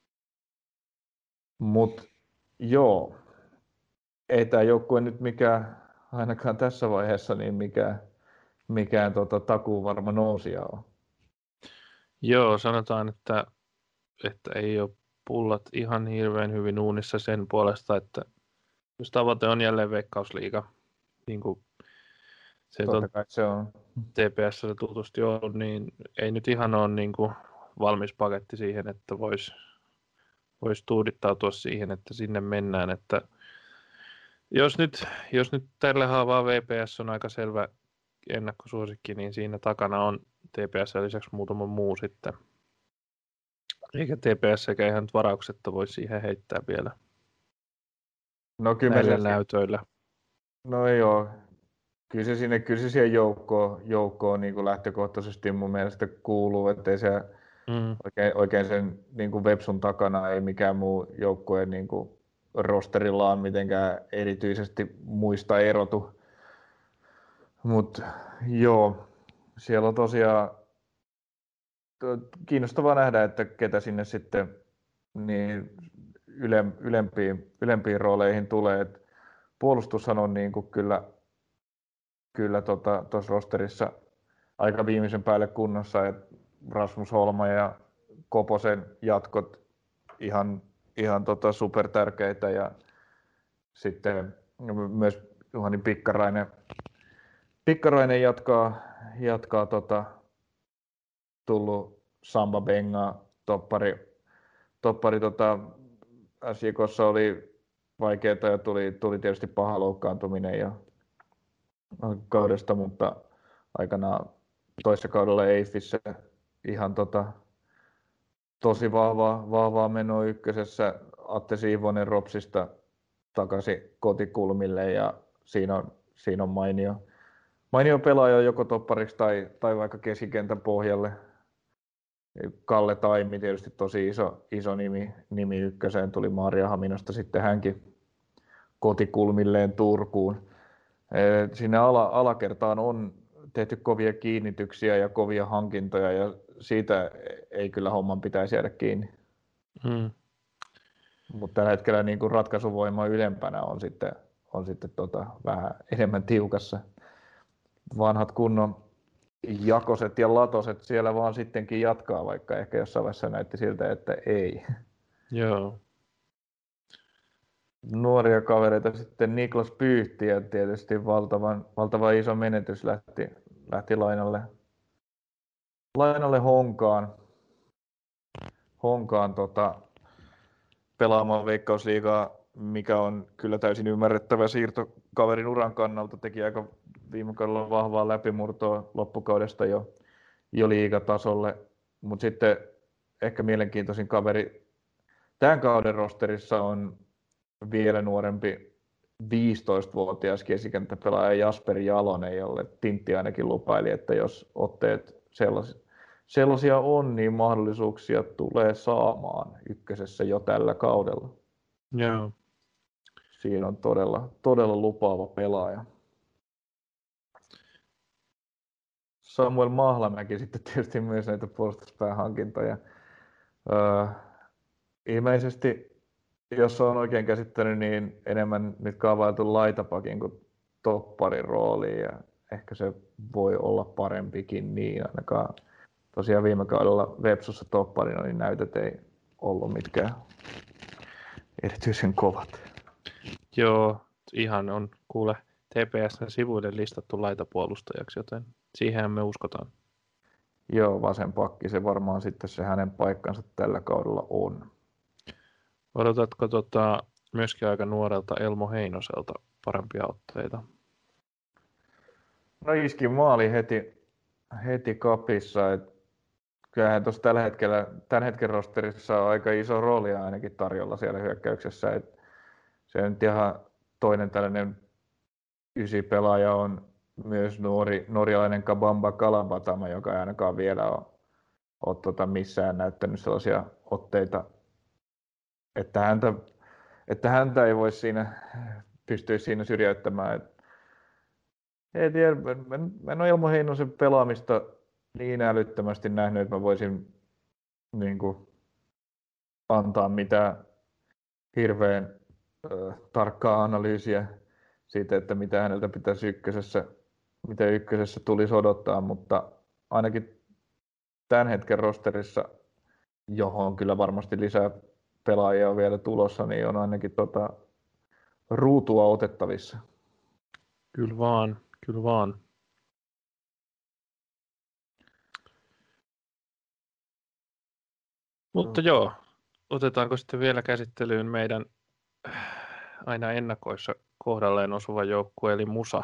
Mutta joo, ei tämä joukkue nyt mikään, ainakaan tässä vaiheessa, niin mikään, mikään tota, takuuvarma nousija on. Joo, sanotaan, että, että ei ole pullat ihan hirveän hyvin uunissa sen puolesta, että jos tavoite on jälleen Veikkausliiga, niin kuin se, on, se on T P S tutusti ollut, niin ei nyt ihan ole niin kuin valmis paketti siihen, että voisi vois tuudittautua siihen, että sinne mennään. Että jos, nyt, jos nyt tällä haavaa V P S on aika selvä ennakkosuosikki, niin siinä takana on T P S lisäksi muutama muu sitten. Eikä T P S eikä ihan nyt varauksetta voi siihen heittää vielä no, kyllä näillä se, näytöillä. No joo, kyllä se sinne, kyllä se siihen joukkoon, joukkoon niin kuin lähtökohtaisesti mun mielestä kuuluu, ettei se mm. oikein, oikein sen niin kuin Vepsun takana ei mikään muu joukkue niin kuin rosterillaan mitenkään erityisesti muista erotu. Mutta joo, siellä on tosiaan kiinnostavaa nähdä, että ketä sinne sitten niin yle, ylempiin, ylempiin rooleihin tulee. Et puolustushan on niin kuin kyllä, kyllä tuossa tota, rosterissa aika viimeisen päälle kunnossa, että Rasmus Holma ja Koposen jatkot ihan, ihan tota super tärkeitä ja sitten myös Juhani Pikkarainen, Pikkarainen jatkaa, jatkaa tota, tullut Samba Benga, toppari, toppari tota, S J K:ssa oli vaikeaa ja tuli, tuli tietysti paha loukkaantuminen ja kaudesta, mutta aikanaan toisessa kaudella Eifissä ihan tota, tosi vahvaa, vahvaa menoa ykkösessä. Atte Siivonen Ropsista takaisin kotikulmille ja siinä on, siinä on mainio, mainio pelaaja joko toppariksi tai, tai vaikka keskikentän pohjalle. Kalle Taimi tietysti tosi iso, iso nimi, nimi ykköseen, tuli Maarianhaminasta sitten hänkin kotikulmilleen Turkuun. Sinne ala, alakertaan on tehty kovia kiinnityksiä ja kovia hankintoja ja siitä ei kyllä homman pitäisi jäädä kiinni. Mm. Mutta tällä hetkellä niin kuin ratkaisuvoima ylempänä on sitten, on sitten tota, vähän enemmän tiukassa. Vanhat kunnon Jakoset ja Latoset siellä vaan sittenkin jatkaa, vaikka ehkä jossain vaiheessa näytti siltä, että ei. Joo. Nuoria kavereita sitten Niklas Pyyhti ja tietysti valtavan, valtavan iso menetys lähti, lähti lainalle, lainalle Honkaan, Honkaan tota, pelaamaan Veikkausliigaa, mikä on kyllä täysin ymmärrettävä siirto kaverin uran kannalta. Teki aika viime kaudella vahvaa läpimurtoa loppukaudesta jo, jo liigatasolle, mutta sitten ehkä mielenkiintoisin kaveri tämän kauden rosterissa on vielä nuorempi viisitoistavuotias keskikenttäpelaaja Jasper Jalonen, jolle Tintti ainakin lupaili, että jos otteet sellaisia, sellaisia on, niin mahdollisuuksia tulee saamaan ykkösessä jo tällä kaudella. Joo. Siinä on todella, todella lupaava pelaaja. Samuel Mahlamäki sitten tietysti myös näitä puolustuspäähankintoja. Öö, ilmeisesti, jos on oikein käsittänyt, niin enemmän nyt kaavailtu laitapakin kuin topparin rooliin ja ehkä se voi olla parempikin niin ainakaan. Tosiaan viime kaudella Vepsussa topparina niin näytöt ei ollut mitkään erityisen kovat. Joo, ihan on kuule T P S:n sivuille listattu laitapuolustajaksi, joten siihen me uskotaan. Joo, vasen pakki se varmaan sitten se hänen paikkansa tällä kaudella on. Odotatko tota, myöskin aika nuorelta Elmo Heinoselta parempia otteita? No iski maali heti, heti kapissa. Et kyllähän tuossa tällä hetkellä, tämän hetken rosterissa on aika iso rooli ainakin tarjolla siellä hyökkäyksessä. Et se nyt ihan toinen tällainen ysipelaaja on myös nuori, norjalainen Kabamba Kalabatama, joka ei ainakaan vielä ole, ole tota missään näyttänyt sellaisia otteita, että häntä, että häntä ei voi siinä pystyä siinä syrjäyttämään. Et, ei tiedä, mä, mä en ole Elmo Heinosen pelaamista niin älyttömästi nähnyt, että mä voisin niin kuin, antaa mitään hirveän ö, tarkkaa analyysiä siitä, että mitä häneltä pitäisi ykkösessä, mitä ykkösessä tulisi odottaa, mutta ainakin tämän hetken rosterissa, johon kyllä varmasti lisää pelaajia on vielä tulossa, niin on ainakin tota, ruutua otettavissa. Kyllä vaan, kyllä vaan. Mutta joo, otetaanko sitten vielä käsittelyyn meidän aina ennakoissa kohdalleen osuva joukkue, eli Musa.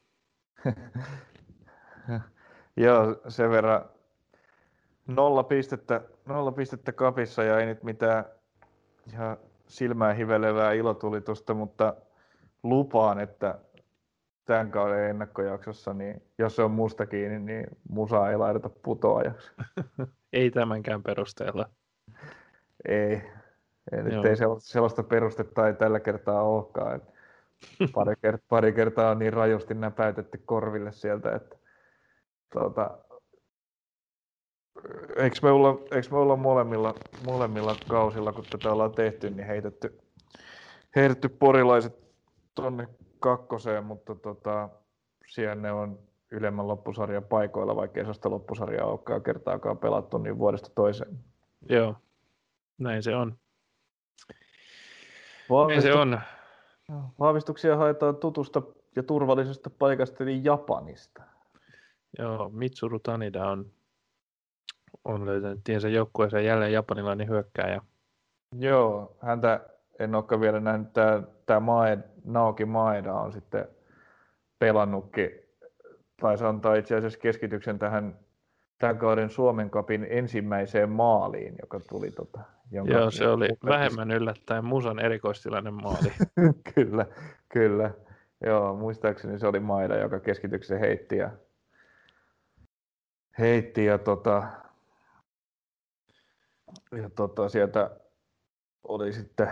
Joo, sen verran nolla pistettä, nolla pistettä kapissa ja ei nyt mitään ihan silmään hivelevää ilotulitusta, mutta lupaan, että tämän kauden ennakkojaksossa, niin jos se on musta kiinni, niin Musa ei laiteta putoajaksi. Ei tämänkään perusteella. Ei. Ei nyt ei sellaista perustetta ei tällä kertaa olekaan. Että pari, kert- pari kertaa on niin rajusti näpäytetty korville sieltä, että tuota, eikö me olla, eikö me olla molemmilla, molemmilla kausilla, kun tätä ollaan tehty, niin heitetty, heitetty porilaiset tuonne kakkoseen, mutta tota, siellä ne on ylemmän loppusarjan paikoilla, vaikka ei sellaista loppusarjaa olekaan kertaakaan pelattu niin vuodesta toiseen. Joo, näin se on. Vahvistu- näin se on. Vahvistuksia haetaan tutusta ja turvallisesta paikasta, eli Japanista. Joo, Mitsuru Tanida on, on löytänyt tiensä joukkueeseen jälleen japanilainen hyökkääjä. Joo, häntä en olekaan vielä nähnyt, tämä, tämä Maed, Naoki Maeda on sitten pelannutkin, taisi antaa itse asiassa keskityksen tähän tämän kauden Suomen Cupin ensimmäiseen maaliin, joka tuli tota, jonka, Joo, se oli jonka vähemmän yllättäen Musan erikoistilainen maali. kyllä, kyllä. Joo, muistaakseni se oli Maeda, joka keskityksen heitti ja, heitti ja, tota, ja tota, sieltä oli sitten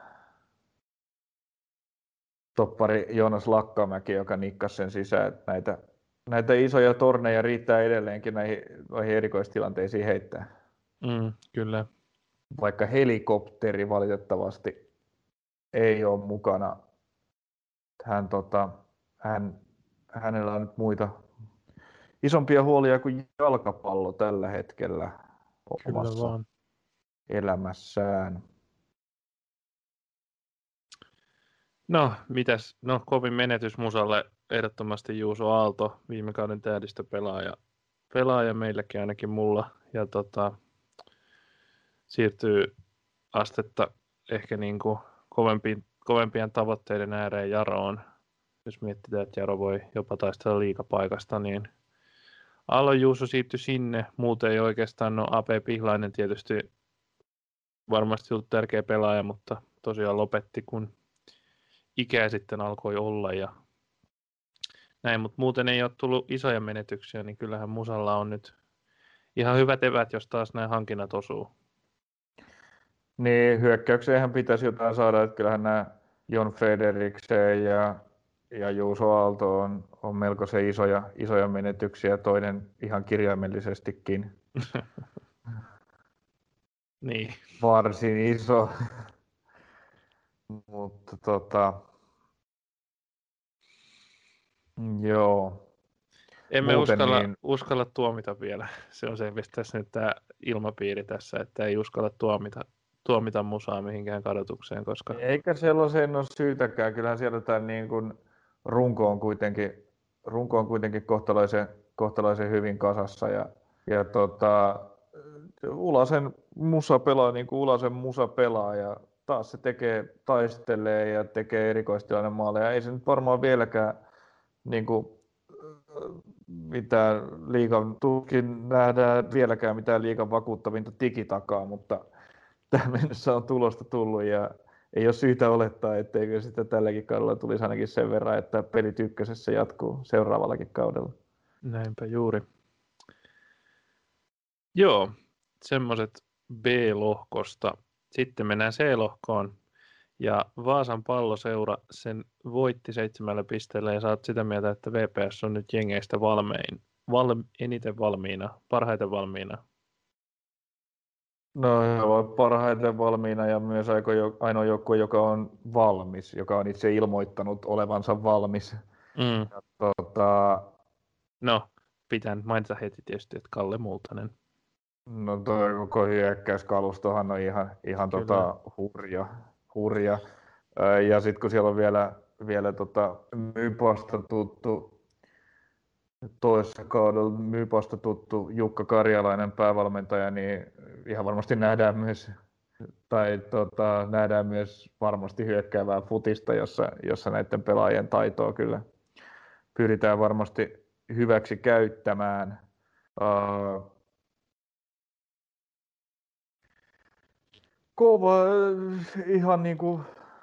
toppari Joonas Lakkamäki, joka nikkasi sen sisään, että näitä, näitä isoja torneja riittää edelleenkin näihin, noihin erikoistilanteisiin heittää. Mm, kyllä. Vaikka helikopteri valitettavasti ei ole mukana. Hän, tota, hän, hänellä on nyt muita isompia huolia kuin jalkapallo tällä hetkellä Kyllä omassa vaan. elämässään. No, mitäs? No, kovin menetys Musalle ehdottomasti Juuso Aalto, viime kauden tähdistöpelaaja. Pelaaja meilläkin ainakin mulla. Ja tota, siirtyy astetta ehkä niin kuin kovempiin, kovempien tavoitteiden ääreen Jaroon. Jos mietitään, että Jaro voi jopa taistella liigapaikasta, niin Aallon Juuso siirtyi sinne. Muuten ei oikeastaan, no A P Pihlainen tietysti varmasti ollut tärkeä pelaaja, mutta tosiaan lopetti, kun ikää sitten alkoi olla ja näin, mutta muuten ei ole tullut isoja menetyksiä, niin kyllähän Musalla on nyt ihan hyvät evät, jos taas nämä hankinnat osuu. Niin, hyökkäykseenhän pitäisi jotain saada, että kyllähän nämä Jon Frederiksen ja, ja Juuso Aalto on, on melkoisen isoja, isoja menetyksiä, toinen ihan kirjaimellisestikin. Niin. Varsin iso, mutta tota, joo. Emme Muuten uskalla, niin, uskalla tuomita vielä. Se on selvästi tässä nyt tämä ilmapiiri tässä, että ei uskalla tuomita, tuomita Musaa mihinkään kadotukseen, koska... eikä sellaiseen ole syytäkään. Kyllähän siellä tämän niin kuin runko on kuitenkin, runko on kuitenkin kohtalaisen, kohtalaisen hyvin kasassa. Ja, ja tota, Ulasen Musa pelaa niin kuin Ulasen Musa pelaa ja taas se tekee, taistelee ja tekee erikoistilainen maaleja. Ei se nyt varmaan vieläkään niin kuin, mitään liigan, tuskin nähdään vieläkään mitään liigan vakuuttavinta tikitakaa, mutta tähän mennessä on tulosta tullut ja ei ole syytä olettaa, etteikö sitä tälläkin kaudella tulisi ainakin sen verran, että pelit ykkösessä jatkuu seuraavallakin kaudella. Näinpä juuri. Joo, semmoiset B-lohkosta. Sitten mennään C-lohkoon. Ja Vaasan Palloseura sen voitti seitsemällä pisteellä ja saat sitä mieltä, että V P S on nyt jengeistä valmein, val, eniten valmiina, parhaiten valmiina. No he ovat parhaiten valmiina ja myös ainoa joukkue, joka on valmis, joka on itse ilmoittanut olevansa valmis. Mm. Ja, tota, No, pitää mainita heti tietysti, että Kalle Multanen. no tuo koko hyökkäyskalustohan on ihan, ihan tota, hurja, hurja. Ja sitten kun siellä on vielä, vielä tota, Mypasta tuttu, toisessa kaudella Mypasta tuttu Jukka Karjalainen päävalmentaja, niin ihan varmasti nähdään myös, tai tota, nähdään myös varmasti hyökkäävää futista, jossa, jossa näiden pelaajien taitoa kyllä pyritään varmasti hyväksi käyttämään. Uh, kova, ihan niinku,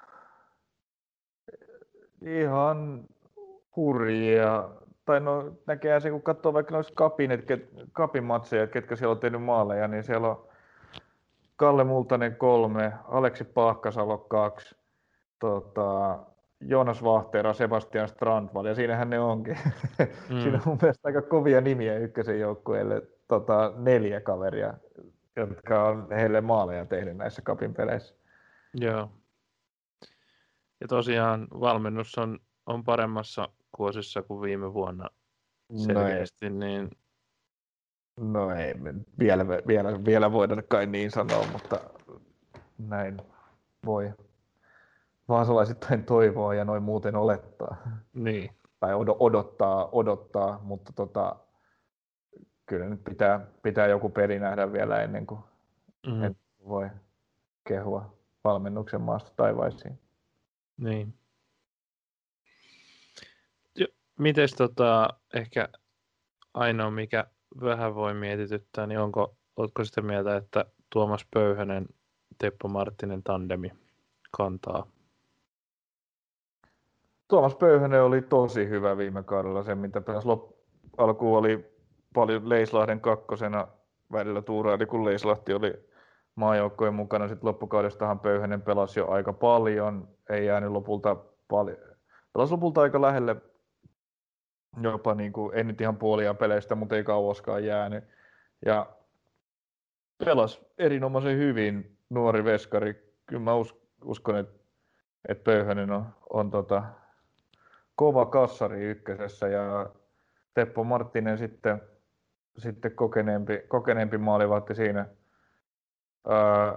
ihan hurjia. Tai no näkee se, kun katsoo vaikka noissa kapin, et, kapin matseja, että ketkä siellä on tehnyt maaleja, niin siellä on Kalle Multanen kolme, Aleksi Pahkasalo kaksi, tota, Joonas Vahtera, Sebastian Strandvall, ja siinähän ne onkin. Mm. Siinä on mun mielestä aika kovia nimiä ykkösen joukkueelle, tota, neljä kaveria, jotka on heille maaleja tehnyt näissä kapin peleissä. Joo. Ja tosiaan valmennus on, on paremmassa kuosissa kuin viime vuonna selkeästi, no niin... No ei, vielä, vielä, vielä voidaan kai niin sanoa, mutta näin voi vaasalaisittain toivoa ja noin muuten olettaa. Niin. Tai odottaa, odottaa, mutta tota, kyllä nyt pitää, pitää joku peli nähdä vielä ennen kuin mm. voi kehua. valmennuksen maasta taivaisiin. Niin. Mites tota, ehkä ainoa, mikä vähän voi mietityttää, niin onko, oletko sitä mieltä, että Tuomas Pöyhönen, Teppo Marttinen tandemi kantaa? Tuomas Pöyhönen oli tosi hyvä viime kaudella. Se, mitä pääsi lop- alkuun oli paljon Leislahden kakkosena välillä tuuraili, kun Leislahti oli maajoukkojen mukana. Sitten loppukaudestahan Pöyhönen pelasi jo aika paljon. Ei jäänyt lopulta paljon. Pelasi lopulta aika lähelle jopa, niin kuin, ei nyt ihan puolia peleistä, mutta ei kauaskaan jäänyt. Ja pelasi erinomaisen hyvin nuori veskari. Kyllä mä uskon, että, että Pöyhönen on, on tota, kova kassari ykkösessä ja Teppo Marttinen sitten, sitten kokeneempi, kokeneempi maalivahti siinä. Ää,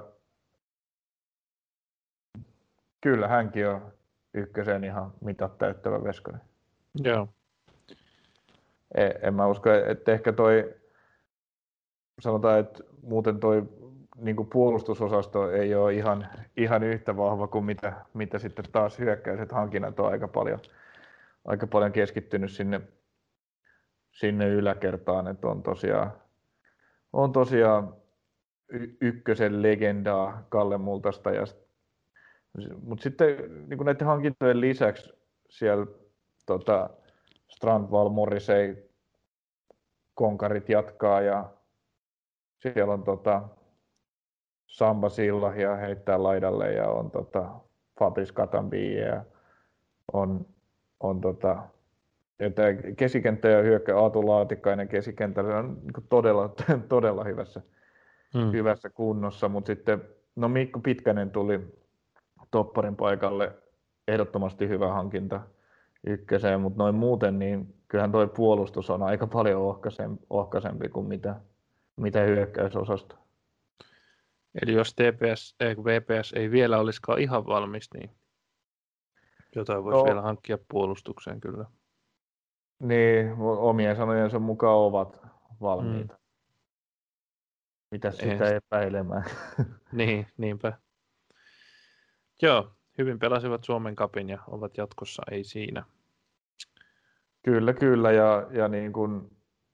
kyllä hänkin on ykkösen ihan mitat täyttävä veskari. Joo. En, en mä usko, että ehkä toi, sanotaan, että muuten toi niin kuin puolustusosasto ei ole ihan, ihan yhtä vahva kuin mitä, mitä sitten taas hyökkäiset hankinnat on aika paljon, aika paljon keskittynyt sinne, sinne yläkertaan, että on tosiaan, on tosiaan y- ykkösen legendaa Kalle Multasta. Ja, mutta sitten niin kuin näiden hankintojen lisäksi siellä tota, Strandvall, Morrissey, konkarit jatkaa ja siellä on tota, Samba Sillahia heittää laidalle ja on tota, Fabrice Katambi ja on, on tota, että kesikenttä ja hyökkä Aatu Laatikainen kesikenttä on niin todella, todella hyvässä, hmm. hyvässä kunnossa, mutta sitten no Mikko Pitkänen tuli topparin paikalle, ehdottomasti hyvä hankinta ykköseen, mutta noin muuten niin kyllähän tuo puolustus on aika paljon ohkaisempi, ohkaisempi kuin mitä, mitä hyökkäysosasto. Eli jos T P S, ei, V P S ei vielä olisikaan ihan valmis, niin jotain voisi no, vielä hankkia puolustukseen kyllä. Niin, omien sanojensa mukaan ovat valmiita. Mm. Mitäs sitä Ei. epäilemään? Niin, niinpä. Joo, hyvin pelasivat Suomen Cupin ja ovat jatkossa, ei siinä. Kyllä, kyllä. Ja, ja niin kuin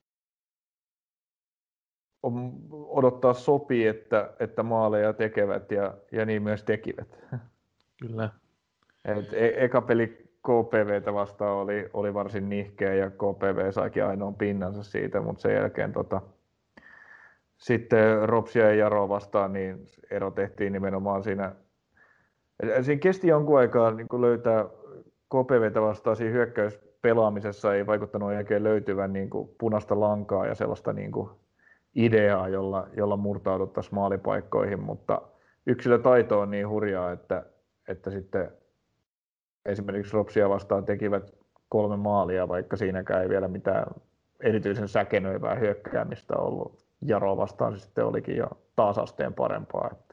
odottaa sopii, että, että maaleja tekevät ja, ja niin myös tekivät. Kyllä. Et e- eka peli K P V:tä vastaan oli, oli varsin nihkeä ja K P V saikin ainoan pinnansa siitä, mutta sen jälkeen tota, sitten Ropsia ja Jaroa vastaan niin ero tehtiin nimenomaan siinä. Siinä kesti jonkun aikaa niin kun löytää K P V:tä vastaan siinä hyökkäyspelaamisessa ei vaikuttanut oikein löytyvän niin kuin punaista lankaa ja sellaista niin kuin ideaa, jolla, jolla murtauduttaisiin maalipaikkoihin, mutta yksilötaito on niin hurjaa, että, että sitten esimerkiksi Ropsia vastaan tekivät kolme maalia, vaikka siinäkään ei vielä mitään erityisen säkenöivää hyökkäämistä ollut. Jaro vastaan se sitten olikin jo taas asteen parempaa. Että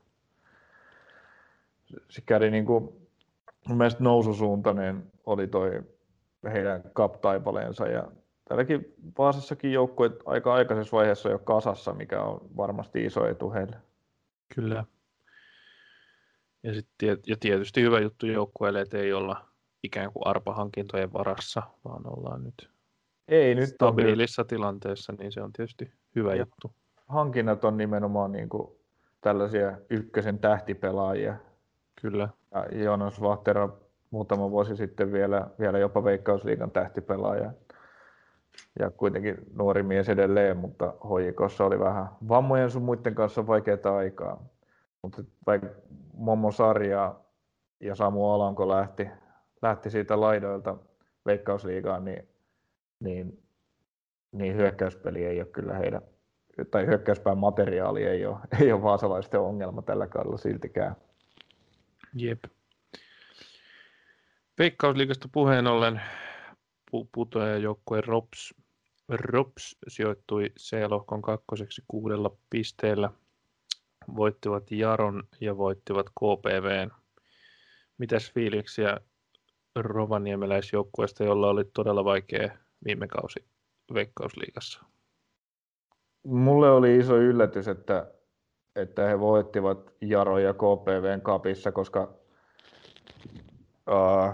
se kävi niin kuin, mun mielestä noususuuntainen oli toi heidän cup-taipaleensa ja täälläkin Vaasassakin joukkueet aika aikaisessa vaiheessa jo kasassa, mikä on varmasti iso etu heille. Kyllä. Ja, sitten, ja tietysti hyvä juttu joukkueelle, että ei olla ikään kuin arpahankintojen varassa, vaan ollaan nyt, ei, nyt stabiilissa on tilanteessa, niin se on tietysti hyvä ja juttu. Hankinnat on nimenomaan niin kuin tällaisia ykkösen tähtipelaajia. Kyllä. Ja Jonas Vahtera muutama vuosi sitten vielä, vielä jopa Veikkausliigan tähtipelaaja. Ja kuitenkin nuori mies edelleen, mutta H J K:ssa oli vähän vammojen sun muiden kanssa vaikeaa aikaa. Mutta vaikka Momo Sarja ja Samu Alanko lähti, lähti siitä laidoilta Veikkausliigaan, niin, niin, niin hyökkäyspeli ei ole kyllä heidän, tai hyökkäyspään materiaali ei ole, ei ole vaasalaisten ongelma tällä kaudella siltikään. Jep. Veikkausliigasta puheen ollen putoajajoukkueen Rops, Rops sijoittui C-lohkon kakkoseksi kuudella pisteellä. Voittivat Jaron ja voittivat K P V:n. Mitäs fiiliksiä rovaniemeläisjoukkueesta, jolla oli todella vaikea viime kausi Veikkausliigassa? Mulle oli iso yllätys, että, että he voittivat Jaro ja K P V:n Cupissa, koska uh,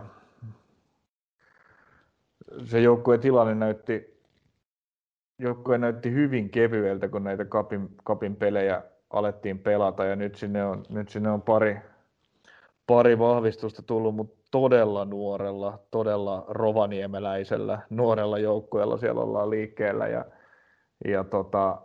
se joukkueen tilanne näytti, joukkue näytti hyvin kevyeltä, kun näitä Cupin, Cupin pelejä alettiin pelata, ja nyt sinne on, nyt sinne on pari, pari vahvistusta tullut, mutta todella nuorella, todella rovaniemeläisellä nuorella joukkueella siellä ollaan liikkeellä, ja, ja tota,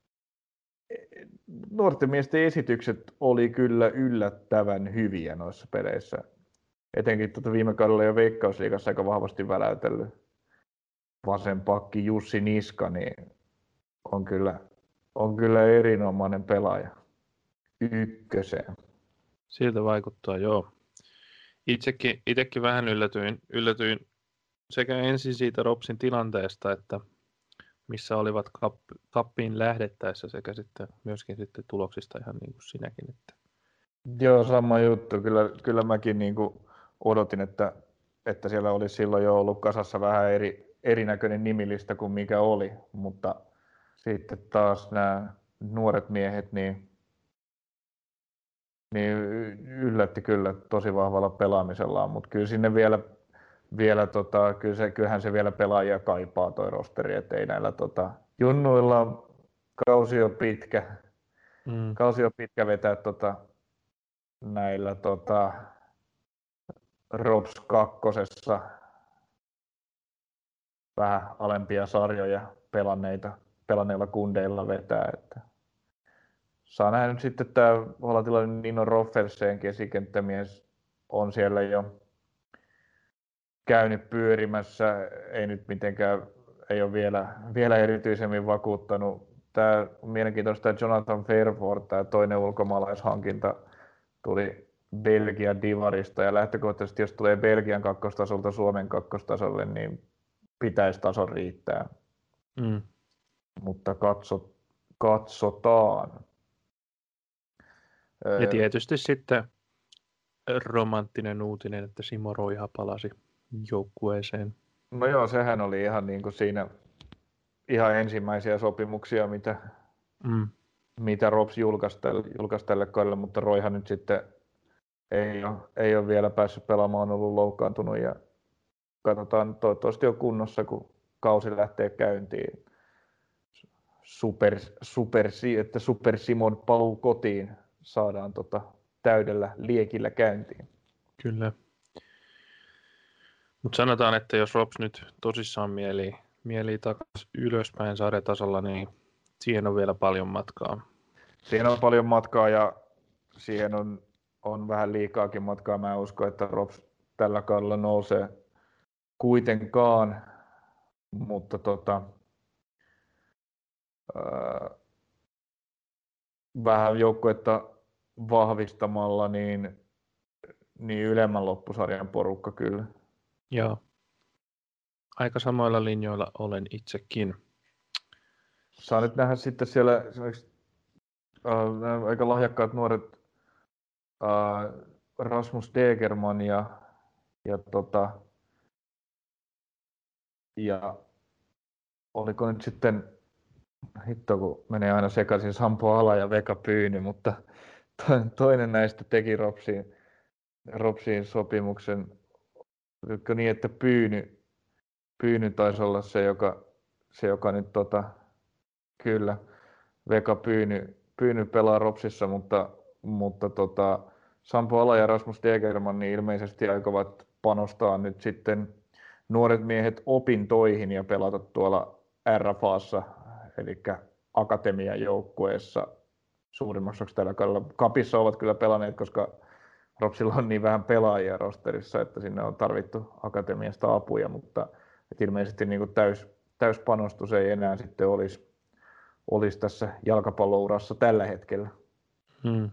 nuorten miesten esitykset oli kyllä yllättävän hyviä noissa peleissä. Etenkin tuota viime kaudella jo Veikkausliigassa aika vahvasti väläytellyt vasen pakki Jussi Niska, niin on kyllä, on kyllä erinomainen pelaaja ykköseen. Siltä vaikuttaa, joo. Itsekin, itsekin vähän yllätyin, yllätyin sekä ensin siitä Ropsin tilanteesta, että missä olivat kappiin lähdettäessä sekä sitten myöskin sitten tuloksista ihan niin kuin sinäkin. Että... Joo, sama juttu. Kyllä, kyllä mäkin niin kuin odotin, että, että siellä olisi silloin jo ollut kasassa vähän eri, erinäköinen nimilista kuin mikä oli, mutta sitten taas nämä nuoret miehet niin, niin yllätti kyllä tosi vahvalla pelaamisellaan, mutta kyllä sinne vielä, vielä tota, kyllä se, kyllähän se vielä pelaajia kaipaa toi rosteri, että ei näillä tota, junnuilla on kausi on pitkä, mm. kausi on pitkä vetää tota, näillä tota, Rops kakkosessa vähän alempia sarjoja pelanneita, pelanneilla kundeilla vetää. Että saa nähdä nyt sitten tämä hollantilainen Nino Roffelsen kesikenttämies on siellä jo käynyt pyörimässä, ei nyt mitenkään, ei ole vielä, vielä erityisemmin vakuuttanut. Tämä on mielenkiintoista, että Jonathan Fairford, tämä toinen ulkomaalaishankinta, tuli Belgian divarista ja lähtökohtaisesti jos tulee Belgian kakkostasolta Suomen kakkostasolle, niin pitäisi tason riittää. Mm. Mutta katso, katsotaan. Ja tietysti sitten romanttinen uutinen, että Simo Roiha palasi joukkueeseen. No joo, sehän oli ihan niin kuin siinä ihan ensimmäisiä sopimuksia, mitä, mm. mitä Rops julkaisi tälle, julkaisi tälle kaudelle, mutta Roiha nyt sitten ei ole, ei ole vielä päässyt pelaamaan, on ollut loukkaantunut ja katsotaan, toivottavasti on kunnossa, kun kausi lähtee käyntiin. Super, super, että Super Simon paluu kotiin saadaan tota täydellä liekillä käyntiin. Kyllä. Mutta sanotaan, että jos Rops nyt tosissaan mielii, mielii takaisin ylöspäin sarjatasolla, niin siihen on vielä paljon matkaa. Siihen on paljon matkaa ja siihen on, on vähän liikaakin matkaa. Mä en usko, että Rops tällä kaudella nousee kuitenkaan, mutta tota, ää, vähän joukkuetta vahvistamalla niin, niin ylemmän loppusarjan porukka kyllä. Joo. Aika samoilla linjoilla olen itsekin. Saa nyt nähdä sitten siellä esimerkiksi äh, aika lahjakkaat nuoret äh, Rasmus Degerman ja, ja, tota, ja oliko nyt sitten, hitto kun menee aina sekaisin Sampo Ala ja Veka Pyyny, mutta toinen näistä teki Ropsiin, Ropsiin sopimuksen, jotka niin, että Pyyny, Pyyny taisi olla se, joka, se, joka nyt tota, kyllä, Veka Pyyny, Pyyny pelaa Ropsissa, mutta, mutta tota, Sampo Ala ja Rasmus Degerman niin ilmeisesti aikovat panostaa nyt sitten nuoret miehet opintoihin ja pelata tuolla R F A:ssa, eli akatemian joukkueessa suurimmaksi osaksi tällä kaudella. Cupissa ovat kyllä pelanneet, koska Ropsilla on niin vähän pelaajia rosterissa, että sinne on tarvittu akatemiasta apuja, mutta ilmeisesti niin kuin täys, täyspanostus ei enää sitten olisi, olisi tässä jalkapallourassa tällä hetkellä. Hmm.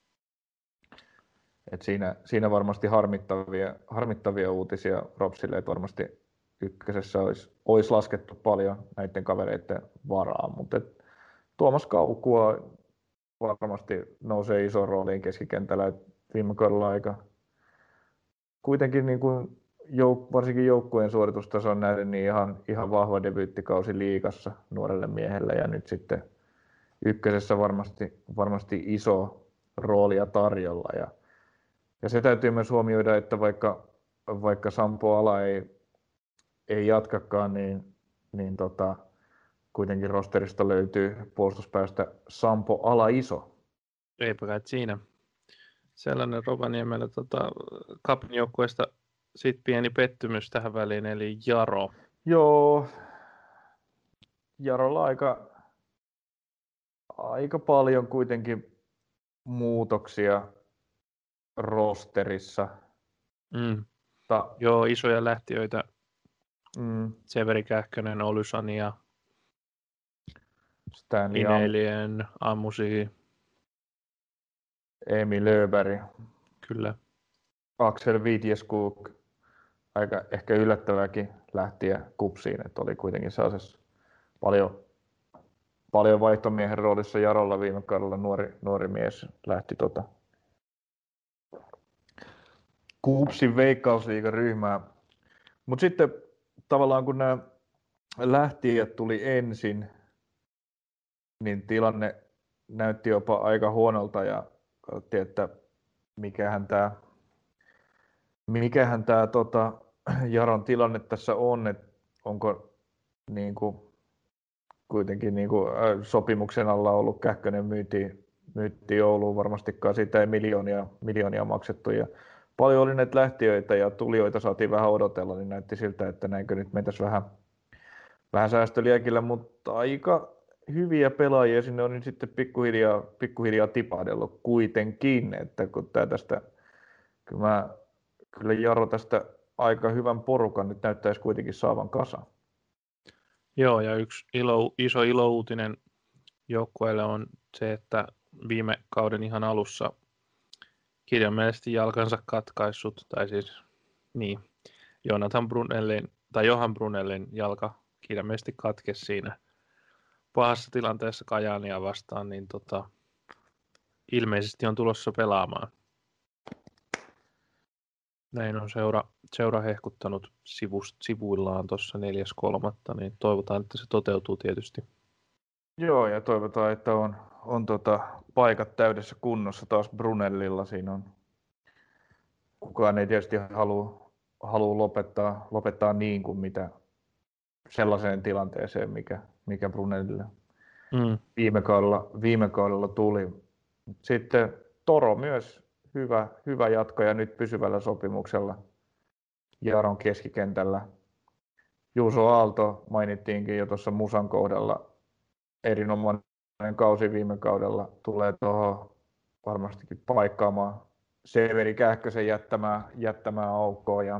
Et siinä, siinä varmasti harmittavia, harmittavia uutisia Ropsille, että varmasti ykkösessä olisi, olisi laskettu paljon näiden kavereiden varaan, mutta Tuomas Kaukua varmasti nousee iso rooliin keskikentällä, viime kaudella aika kuitenkin niin kuin jouk- varsinkin joukkueen suoritustason nähden niin ihan, ihan vahva debyyttikausi liigassa nuorelle miehelle ja nyt sitten ykkösessä varmasti, varmasti iso roolia tarjolla. Ja, ja se täytyy myös huomioida, että vaikka, vaikka Sampo Ala ei, ei jatkakaan, niin, niin tota, kuitenkin rosterista löytyy puolustuspäästä Sampo Ala-iso. Eipä kai siinä. Sellainen Rovaniemellä tota, Cupin joukkueesta sit pieni pettymys tähän väliin, eli Jaro. Joo, Jarolla aika, aika paljon kuitenkin muutoksia rosterissa. Mm. Ta, Joo, isoja lähtiöitä. mm, Severi Kähkönen, Olysani ja Stanley Am, Ineilien, Amusi. Emil Löfberg, Kyllä. Axel Witjeskog, aika ehkä yllättäväkin lähtiä kupsiin, että oli kuitenkin sellaisessa paljon, paljon vaihtomiehen roolissa Jarolla viime kaudella nuori, nuori mies lähti tota kupsin veikkausliigaryhmään. Mutta sitten tavallaan kun nämä lähtijät tuli ensin, niin tilanne näytti jopa aika huonolta ja katsottiin, että mikähän tämä mikähän tää, tota, Jaron tilanne tässä on, että onko niin kuin, kuitenkin niin kuin, äh, sopimuksen alla ollut Kähkönen myytiin, myytiin Ouluun, varmastikaan siitä ei miljoonia, miljoonia maksettu ja paljon oli näitä lähtiöitä ja tulijoita saatiin vähän odotella, niin näytti siltä, että näinkö nyt mentäisiin vähän, vähän säästöliäkillä, mutta aika hyviä pelaajia sinne on niin sitten pikkuhiljaa, pikkuhiljaa tipahdellut kuitenkin, että kun tää tästä, kyllä, mä, kyllä Jaro tästä aika hyvän porukan nyt näyttäisi kuitenkin saavan kasaan. Joo, ja yksi ilo, iso ilouutinen joukkueelle on se, että viime kauden ihan alussa kirjaimellisesti jalkansa katkaissut, tai siis niin, Jonathan Brunellin, tai Johan Brunellin jalka kirjaimellisesti katkesi siinä pahassa tilanteessa Kajaania vastaan, niin tota, ilmeisesti on tulossa pelaamaan. Näin on seura, seura hehkuttanut sivust, sivuillaan tuossa neljäs kolmatta, niin toivotaan, että se toteutuu tietysti. Joo, ja toivotaan, että on, on tota, paikat täydessä kunnossa taas Brunellilla. Siinä on, kukaan ei tietysti halua, halua lopettaa, lopettaa niin kuin mitä sellaiseen tilanteeseen, mikä, mikä Brunellille Mm. viime kaudella, viime kaudella tuli. Sitten Toro myös hyvä, hyvä jatkaja nyt pysyvällä sopimuksella Jaron keskikentällä. Juuso Aalto mainittiinkin jo tuossa Musan kohdalla. Erinomainen kausi viime kaudella, tulee tuohon varmastikin paikkaamaan Severi Kähkösen jättämään, jättämään aukkoa. Ja,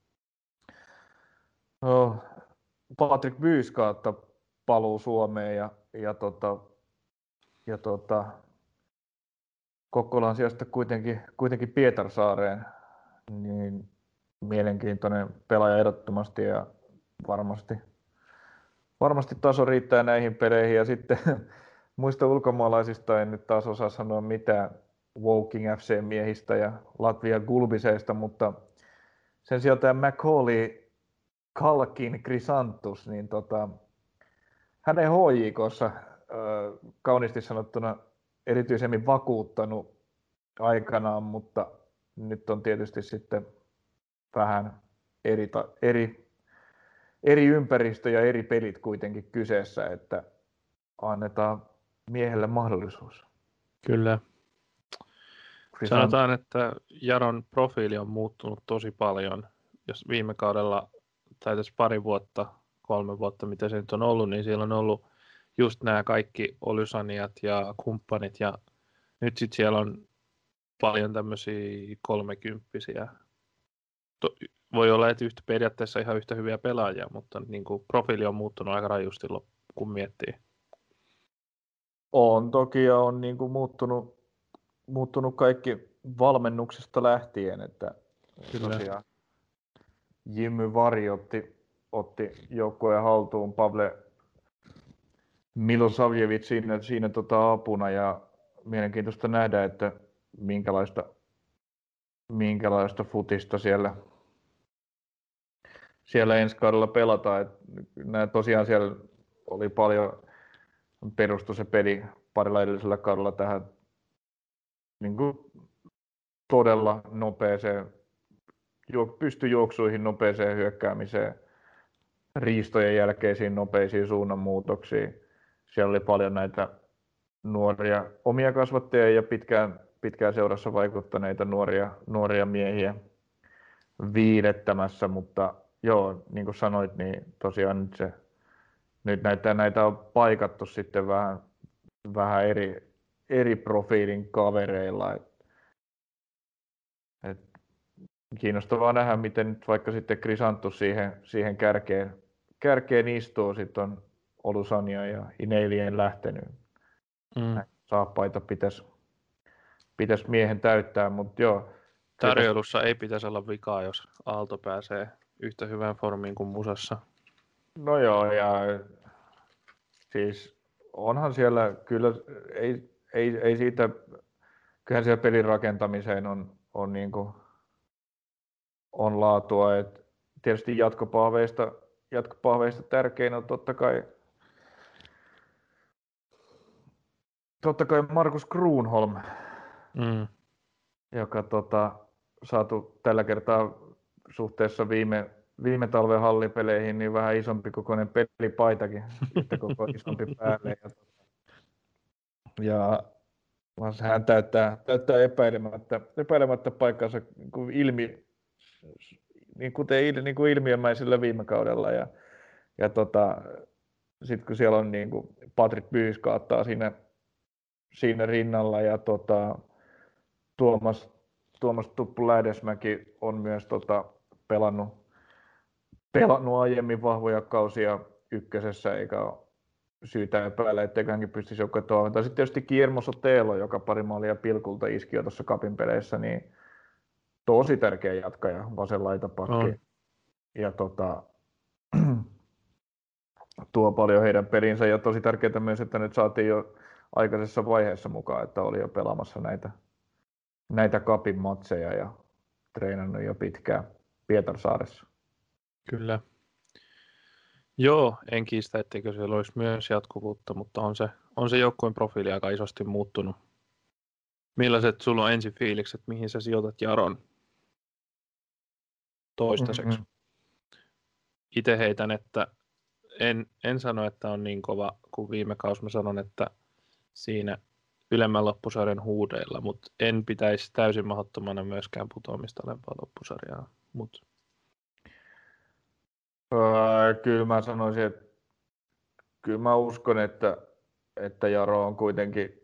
no, Patrick Byyskautta paluu Suomeen ja, ja, tota, ja tota, Kokkolan sijasta kuitenkin, kuitenkin Pietarsaareen, niin mielenkiintoinen pelaaja ehdottomasti ja varmasti, varmasti taso riittää näihin peleihin. Ja sitten muista ulkomaalaisista en nyt taas osaa sanoa mitään Woking F C-miehistä ja Latvia Gulbiseista, mutta sen sijaan tämä Macaulay Kalkin Krisantus, niin tota, hänen H J K:ssa äh, kauniisti sanottuna erityisemmin vakuuttanut aikanaan, mutta nyt on tietysti sitten vähän eri, eri, eri ympäristö ja eri pelit kuitenkin kyseessä, että annetaan miehelle mahdollisuus. Kyllä. Krisant- Sanotaan, että Jaron profiili on muuttunut tosi paljon. Jos viime kaudella, tai tässä pari vuotta, kolme vuotta, mitä se nyt on ollut, niin siellä on ollut just nämä kaikki Olysaniat ja kumppanit, ja nyt sitten siellä on paljon tämmöisiä kolmekymppisiä. To, voi olla, että yhtä, periaatteessa ihan yhtä hyviä pelaajia, mutta niin kuin profiili on muuttunut aika rajusti, kun miettii. On toki ja on niin kuin muuttunut, muuttunut kaikki valmennuksesta lähtien, että Kyllä. tosiaan Jimmy Vari otti, otti joukkueen haltuun Pavle Milosavljevic siinä, siinä tota apuna ja mielenkiintoista nähdä, että minkälaista, minkälaista futista siellä, siellä ensi kaudella pelataan. Et nämä tosiaan siellä oli paljon perustu se peli, parilla edellisellä kaudella tähän niin kuin todella nopeeseen, pystyjuoksuihin, nopeeseen hyökkäämiseen, riistojen jälkeisiin nopeisiin suunnanmuutoksiin. Siellä oli paljon näitä nuoria omia kasvattajia ja pitkään, pitkään seurassa vaikuttaneita nuoria, nuoria miehiä viilettämässä, mutta joo, niin kuin sanoit, niin tosiaan nyt, se, nyt näitä, näitä on paikattu sitten vähän, vähän eri, eri profiilin kavereilla. Et, et, kiinnostavaa nähdä, miten nyt vaikka sitten Krisantus siihen, siihen kärkeen, kärkeen istuu, sitten on Olusania ja Ineilien lähtenyt. Mm. Saappaita pitäisi pitäis miehen täyttää, mutta joo. Tarjoilussa ei pitäisi olla vikaa, jos Aalto pääsee yhtä hyvään formiin kuin Musassa. No joo, ja siis onhan siellä kyllä, ei, ei, ei siitä, kyllähän siellä pelin rakentamiseen on, on, niin kuin, on laatua, että tietysti jatkopahveista, jatkopahveista tärkein on totta kai totta kai Markus Kruunholm, mm. joka tota, saatu tällä kertaa suhteessa viime, viime talven hallipeleihin niin vähän isompi kokoinen pelipaitakin, yhtä koko isompi päälle. Ja, ja hän täyttää, täyttää epäilemättä, epäilemättä paikkansa niin ilmi, niin kuten niin kuin ilmiömäisellä viime kaudella. Ja, ja tota, sitten kun siellä on niin kuin Patrick Byyskaattaa siinä, siinä rinnalla ja tota, Tuomas, Tuomas Tuppu-Lähdesmäki on myös tota, pelannut, pelannut aiemmin vahvoja kausia ykkösessä, eikä ole syytä epäillä, etteikö hänkin pystyisi joukkoja toimintaan. Sitten tietysti Guillermo Sotelo, joka pari maalia pilkulta iski jo tuossa Cupin peleissä, niin tosi tärkeä jatkaja, vasen laitapakki. Mm. Ja tota, tuo paljon heidän pelinsä, ja tosi tärkeää myös, että nyt saatiin jo aikaisessa vaiheessa mukaan, että oli jo pelaamassa näitä, näitä Cupin matseja ja treenannut jo pitkään Pietarsaaressa. Kyllä. Joo, en kiistä, etteikö siellä olisi myös jatkuvuutta, mutta on se, on se joukkueen profiili aika isosti muuttunut. Millaiset sulla on ensifiilikset, mihin sä sijoitat Jaron toistaiseksi? Mm-hmm. Itse heitän, että en, en sano, että on niin kova kuin viime kausi. Mä sanon, että siinä ylemmän loppusarjan huudeilla, mutta en pitäisi täysin mahdottomana myöskään putoamista alempaa loppusarjaa. Mut. Öö, kyllä mä sanoisin, että kyllä mä uskon, että, että Jaro on kuitenkin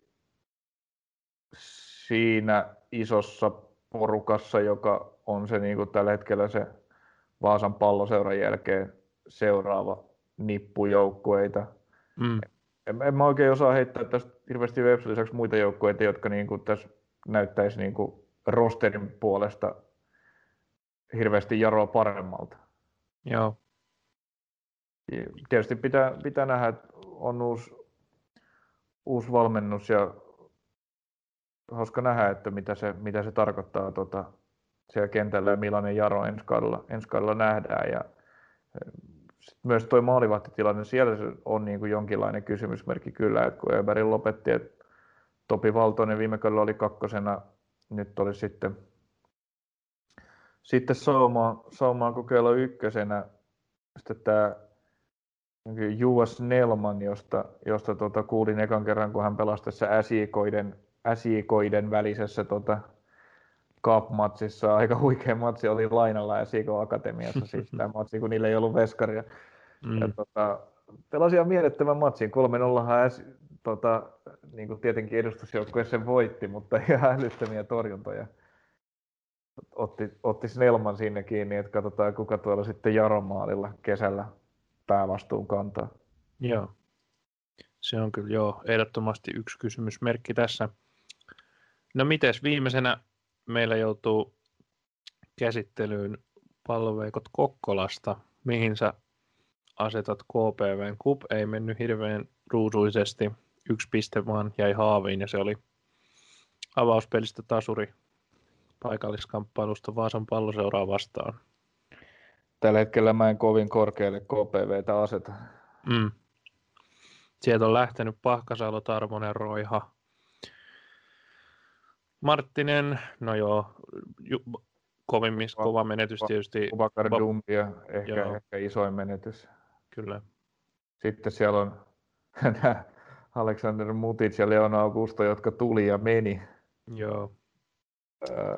siinä isossa porukassa, joka on se niin kuin tällä hetkellä se Vaasan Palloseuran jälkeen seuraava nippujoukkueita. Mm. En, en mä oikein osaa heittää tästä hirveästi Vepsun lisäksi muita joukkueita, jotka niin kuin tässä näyttäisi niin kuin rosterin puolesta hirveästi Jaroa paremmalta. Joo. Tietysti pitää, pitää nähdä, että on uusi, uusi valmennus ja hauska nähdä, että mitä se, mitä se tarkoittaa tota, siellä kentällä ja millainen Jaro ensi kaudella, ensi kaudella nähdään. Ja myös tuo maalivahtitilanne, siellä se on niin kuin jonkinlainen kysymysmerkki kyllä, että kun Öberg lopetti, että Topi Valtonen viime kaudella oli kakkosena, nyt oli sitten, sitten Saumaa, Saumaa kokeilla ykkösenä, sitten tämä Juha Snellman, josta, josta tuota, kuulin ekan kerran, kun hän pelasi tässä äsiikoiden, äsiikoiden välisessä tota, Cup-matsissa. Aika huikea matsi oli lainalla äsiikon akatemiassa, siis tämä matsi, kun niillä ei ollut veskaria. Mm. Ja, tota, pelasi ihan mielettömän matsin. kolme nolla äs, tota, niin kuin tietenkin edustusjoukkue sen voitti, mutta ihan älyttömiä torjuntoja. Otti, otti Snellman sinne kiinni, että katsotaan kuka tuolla sitten Jaron maalilla kesällä päävastuun kantaa. Joo, se on kyllä joo, ehdottomasti yksi kysymysmerkki tässä. No mites viimeisenä meillä joutuu käsittelyyn palloveikot Kokkolasta, mihin sä asetat K P V:n? Kup ei mennyt hirveän ruusuisesti, yksi piste vaan jäi haaviin ja se oli avauspelistä tasuri paikalliskamppailusta Vaasan Palloseuraa vastaan. Tällä hetkellä mä en kovin korkealle K P V:tä aseta. Mm. Sieltä on lähtenyt Pahkasalo, Tarmonen, Roiha. Marttinen, no joo, ju, kovimmis, kova menetys tietysti. Ubakar Dumbia, ehkä, joo. ehkä isoin menetys. Kyllä. Sitten siellä on Alexander Mutic ja Leon Augusto, jotka tuli ja meni. Joo. Öö,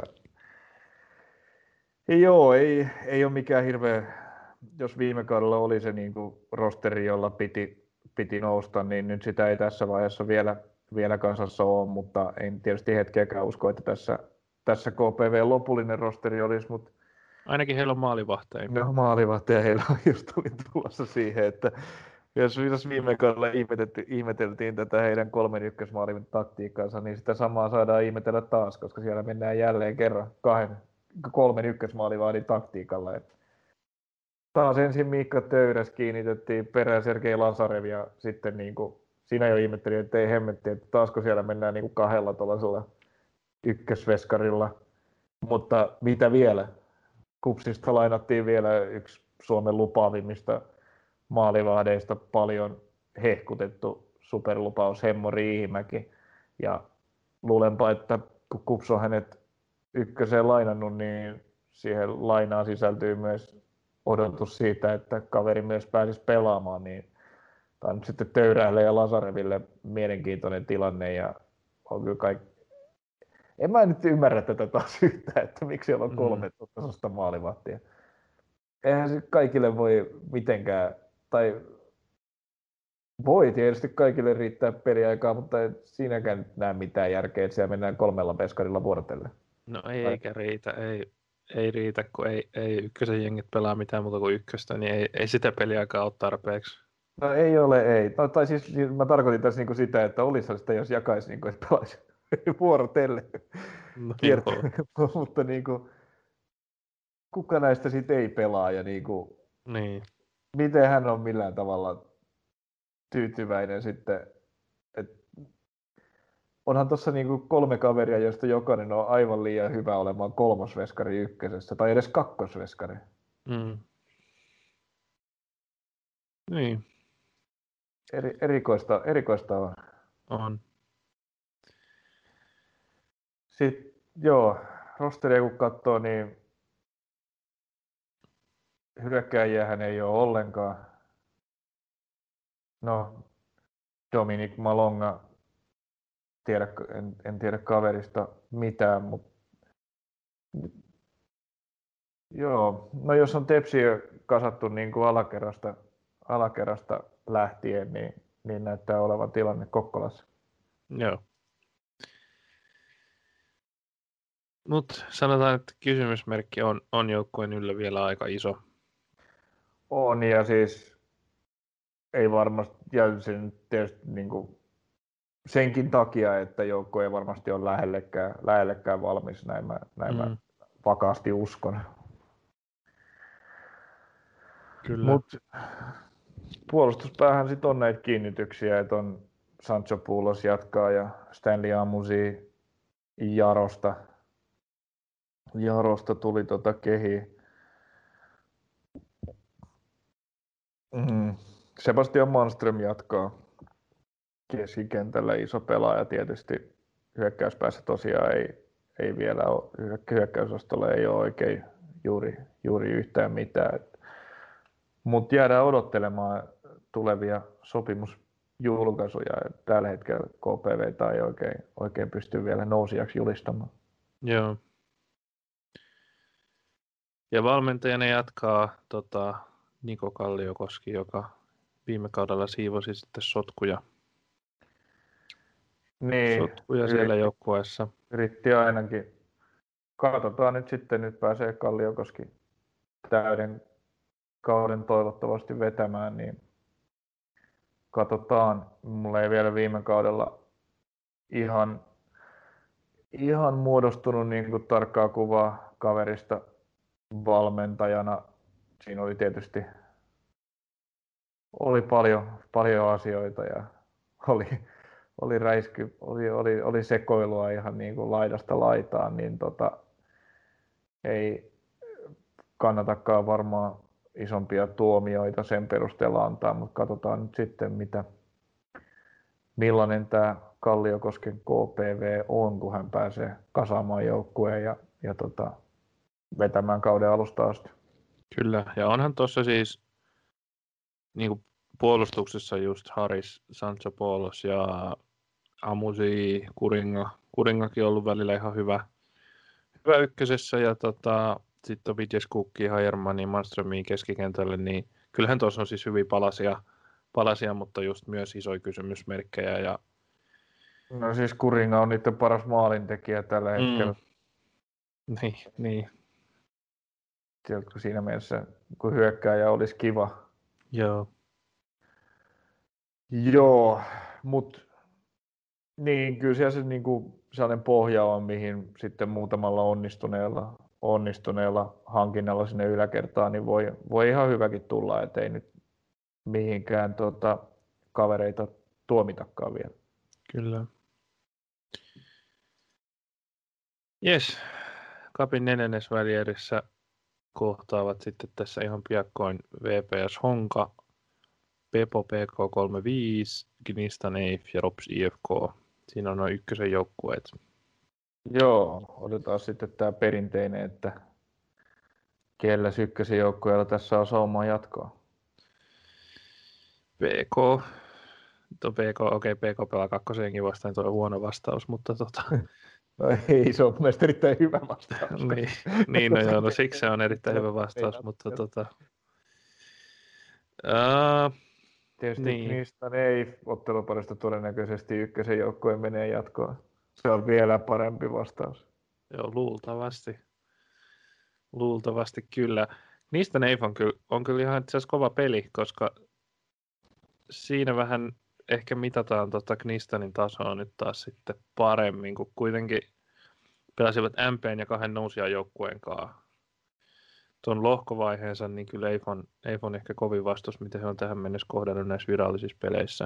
joo, ei, ei ole mikään hirveä, jos viime kaudella oli se niin kuin rosteri, jolla piti, piti nousta, niin nyt sitä ei tässä vaiheessa vielä, vielä kansassa ole, mutta en tietysti hetkeäkään usko, että tässä, tässä K P V lopullinen rosteri olisi, mutta ainakin heillä on maalivahteja. no maalivahteja heillä on just tuli tulossa siihen, että jos, jos viime kaudella ihmeteltiin, ihmeteltiin tätä heidän kolmen ykkösmaalin taktiikkaansa, niin sitä samaa saadaan ihmetellä taas, koska siellä mennään jälleen kerran kahden, kolmen ykkösmaalivahdin taktiikalla. Et taas ensin Miikka Töyräs kiinnitettiin perään Sergei Lazarev ja sitten niin kuin, siinä jo ihmettelin, että ei hemmetti, että taasko siellä mennään niin kuin kahdella tuollaisella ykkösveskarilla. Mutta mitä vielä? Kupsista lainattiin vielä yksi Suomen lupaavimmista maalivahdeista, paljon hehkutettu superlupaus Hemmo Riihimäki. Ja luulenpa, että kun Kups on hänet ykköseen lainannut, niin siihen lainaan sisältyy myös odotus siitä, että kaveri myös pääsisi pelaamaan. Niin tämä on nyt sitten Töyräälle ja Lazareville mielenkiintoinen tilanne. Ja on kyllä kaikki... En mä nyt ymmärrä tätä taas yhtään, että miksi siellä on kolme mm. tasosta maalivahtia. Eihän se kaikille voi mitenkään, tai voi tietysti kaikille riittää peliaikaa, mutta ei siinäkään nyt näe mitään järkeä, että siellä mennään kolmella peskarilla vuorotelle. No ei vai? Eikä riitä, ei, ei riitä, kun ei, ei ykkösen jengit pelaa mitään muuta kuin ykköstä, niin ei, ei sitä peliaikaa ole tarpeeksi. No ei ole, ei. No, tai siis mä tarkoitin tässä niinku sitä, että olisi sitä, jos jakaisi, niinku, että pelaisi vuorotelle. No, mutta niinku, kuka näistä sitten ei pelaa ja niinku, niin. miten hän on millään tavalla tyytyväinen sitten, että onhan tuossa niinku kolme kaveria, joista jokainen on aivan liian hyvä olemaan kolmosveskari ykkösessä tai edes kakkosveskari. Mm. Niin. Eri, erikoista, erikoista on. On. Sitten joo, rosteria kun katsoo, niin hyökkääjiähän ei ole ollenkaan. No, Dominic Malonga, tiedä, en, en tiedä kaverista mitään, mutta joo, no jos on tepsiä kasattu niin kuin alakerrasta, alakerrasta lähtien, niin, niin näyttää olevan tilanne Kokkolassa. Joo. Mutta sanotaan, että kysymysmerkki on, on joukkueen yllä vielä aika iso. On, ja siis ei varmasti, ja sen tietysti niin kuin senkin takia, että joukko ei varmasti ole lähellekään, lähellekään valmis, näin mä, näin mm. mä vakaasti uskon. Mutta puolustuspäähän sitten on näitä kiinnityksiä, että on Sancho Poulos jatkaa ja Stanley Amusi Jarosta. Jarosta tuli tota kehi. Mm. Sebastian Manström jatkaa keskikentällä, iso pelaaja tietysti. Hyökkäyspäässä tosiaan ei, ei vielä ole, hyökkäysostolla ei ole oikein juuri, juuri yhtään mitään. Mutta jäädään odottelemaan tulevia sopimusjulkaisuja. Tällä hetkellä K P V ei oikein, oikein pysty vielä nousijaksi julistamaan. Joo. Ja valmentajana jatkaa tota, Niko Kalliokoski, joka viime kaudella siivosi sitten sotkuja, niin, sotkuja siellä joukkueessa. Yritti ainakin. Katsotaan nyt sitten, nyt pääsee Kalliokoski täyden kauden toivottavasti vetämään, niin katsotaan. Mulla ei vielä viime kaudella ihan, ihan muodostunut niin kuin tarkkaa kuvaa kaverista valmentajana. Siinä oli tietysti oli paljon, paljon asioita ja oli, oli räisky, oli, oli, oli sekoilua ihan niin kuin laidasta laitaan, niin tota, ei kannatakaan varmaan isompia tuomioita sen perusteella antaa, mutta katsotaan nyt sitten, mitä, millainen tämä Kalliokosken K P V on, kun hän pääsee kasaamaan joukkueen ja, ja tota, vetämään kauden alusta asti. Kyllä, ja onhan tuossa siis niin kuin puolustuksessa just Haris, Sancho Paulos ja Amusi, Kuringa. Kuringakin on ollut välillä ihan hyvä, hyvä ykkösessä, ja tota, sitten on Vidjes Kukki, Hajermani, Manströmiin keskikentälle, niin kyllähän tuossa on siis hyvin palasia, palasia, mutta just myös isoja kysymysmerkkejä. Ja... No siis Kuringa on niiden paras maalintekijä tällä hetkellä. Mm. Niin, niin. Sieltä siinä mielessä, kun hyökkääjä olisi kiva. Joo. Joo, mutta niin, kyllä siellä se niinku sellainen pohja on, mihin sitten muutamalla onnistuneella, onnistuneella hankinnalla sinne yläkertaan, niin voi, voi ihan hyväkin tulla, ettei nyt mihinkään tota, kavereita tuomitakaan vielä. Kyllä. Jes, Cupin neljännesvälierissä kohtaavat sitten tässä ihan piakkoin V P S Honka, Pepo P K kolmekymmentäviisi, Gnistan Eif ja Rops I F K. Siinä on noin ykkösen joukkueet. Joo, otetaan sitten tämä perinteinen, että kellä ykkösen joukkueella tässä on saumaa jatkoa. P K, to P K, okei, okay, P K pelaa kakkoseenkin vastaan, tuo on huono vastaus, mutta tota... No ei, se on mielestäni erittäin hyvä vastaus. niin, niin, no joo, no siksi se on erittäin hyvä vastaus, mutta tota... Uh, Tietysti niin. Knistan ei otteluparista todennäköisesti ykkösen joukkueen menee jatkoon. Se on vielä parempi vastaus. Joo, luultavasti. Luultavasti kyllä. Niistä Neif on kyllä, on kyllä ihan itse asiassa kova peli, koska siinä vähän ehkä mitataan tota Knistanin tasoa nyt taas sitten paremmin, kun kuitenkin pelasivat M P:n ja kahden nousijan joukkueen kanssa. Tuon lohkovaiheensa, niin kyllä Eif on, Eif on ehkä kovin vastus, miten he on tähän mennessä kohdannut näissä virallisissa peleissä.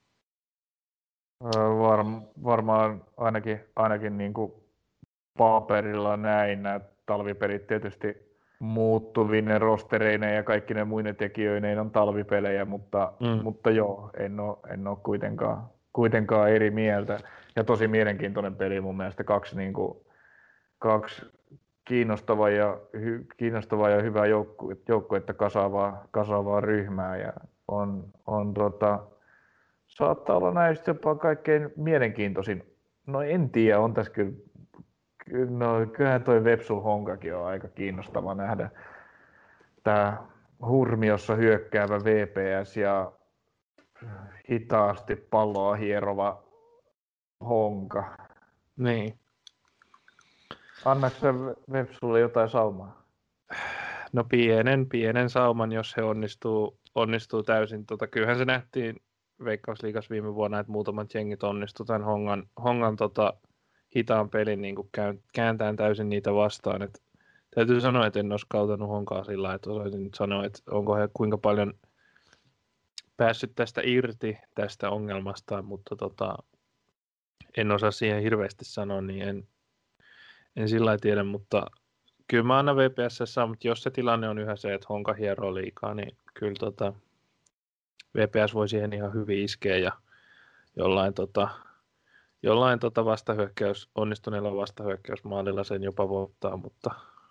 Varm, varmaan ainakin, ainakin niin kuin paperilla näin. Nämä talvipelit tietysti muuttuvinen rostereineen ja kaikki ne muinen tekijöineen on talvipelejä, mutta, Mm. mutta joo, en ole, en ole kuitenkaan, kuitenkaan eri mieltä. Ja tosi mielenkiintoinen peli mun mielestä, kaksi, niin kuin, kaksi kiinnostavaa ja, hy, kiinnostavaa ja hyvää joukku, joukkuetta kasaavaa, kasaavaa ryhmää. Ja on, on tota, saattaa olla näistä jopa kaikkein mielenkiintoisin. No en tiedä, on tässä kyllä, no kyllähän toi Vepsul Honkakin on aika kiinnostava nähdä. Tää hurmiossa hyökkäävä V P S ja hitaasti palloa hierova Honka. Niin. Annatko sä Vepsulle jotain saumaa? No pienen, pienen sauman, jos he onnistuu, onnistuu täysin. Tota, kyllähän se nähtiin Veikkausliigassa viime vuonna, että muutamat jengit onnistu tämän Hongan, Hongan tota, hitaan pelin niin kääntämään täysin niitä vastaan. Et täytyy sanoa, että en ole skautanut Honkaa sillä, että osaisin nyt sanoa, että onko he kuinka paljon päässyt tästä irti tästä ongelmasta, mutta tota, en osaa siihen hirveästi sanoa, niin en, en sillä lailla tiedä, mutta kyllä mä annan V P S, mutta jos se tilanne on yhä se, että Honka hieroo liikaa, niin kyllä tota, V P S voi siihen ihan hyvin iskeä ja jollain, tota, jollain tota vastahyökkäys, onnistuneella vastahyökkäysmaalilla sen jopa voittaa, mutta...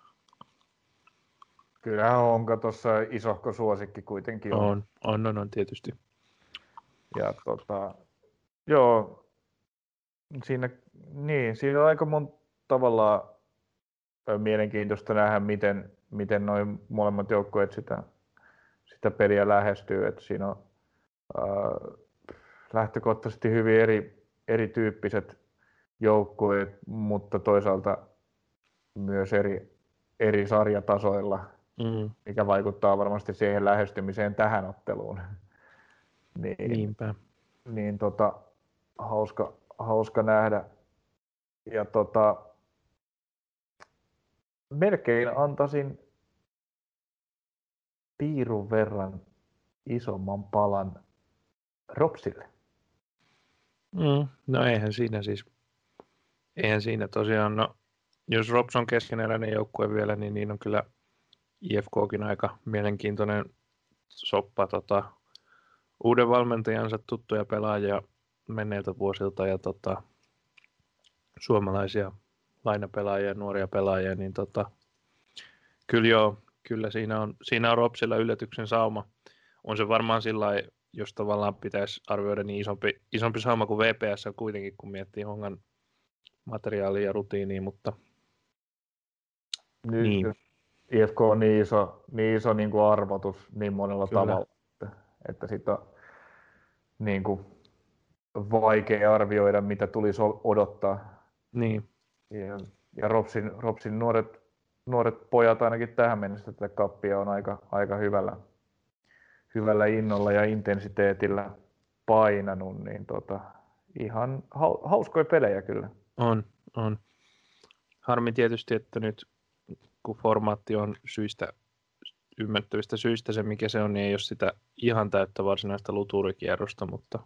Kyllähän Honka tuossa isohko suosikki kuitenkin on. On, on, on, on tietysti. Ja tota, joo, siinä, niin, siinä on aika monta tavallaan mielenkiintoista nähdä, miten, miten noin molemmat joukkueet sitä, sitä peliä lähestyy. Että siinä on äh, lähtökohtaisesti hyvin eri, erityyppiset joukkueet, mutta toisaalta myös eri, eri sarjatasoilla, Mm. mikä vaikuttaa varmasti siihen lähestymiseen tähän otteluun. Niin, Niinpä. niin tota, hauska, hauska nähdä. Ja tota, melkein antaisin piirun verran isomman palan Ropsille. Mm. No eihän siinä siis, eihän siinä tosiaan, no jos Rops on keskeneräinen joukkue vielä, niin niin on kyllä I F K:kin aika mielenkiintoinen soppa tota, uuden valmentajansa tuttuja pelaajia menneiltä vuosilta ja tota, suomalaisia lainapelaajia, nuoria pelaajia, niin tota, kyllä joo, kyllä siinä on, siinä on Ropsilla yllätyksen sauma. On se varmaan sillä lailla, jos tavallaan pitäisi arvioida niin isompi, isompi sauma kuin V P S kuitenkin, kun miettii Hongan materiaalia ja rutiinia, mutta Nyt niin. I F K on niin iso, niin iso niin kuin arvotus niin monella Kyllä. tavalla, että, että sitä on niin kuin vaikea arvioida, mitä tulisi odottaa. Niin. Ja, ja Ropsin, Ropsin nuoret, nuoret pojat ainakin tähän mennessä tätä kappia on aika, aika hyvällä, hyvällä innolla ja intensiteetillä painanut, niin tota, ihan hauskoja pelejä kyllä. On, on. Harmi tietysti, että nyt kun formaatti on syistä, ymmärrettävistä syistä se, mikä se on, niin ei ole sitä ihan täyttä varsinaista luturikierrosta, mutta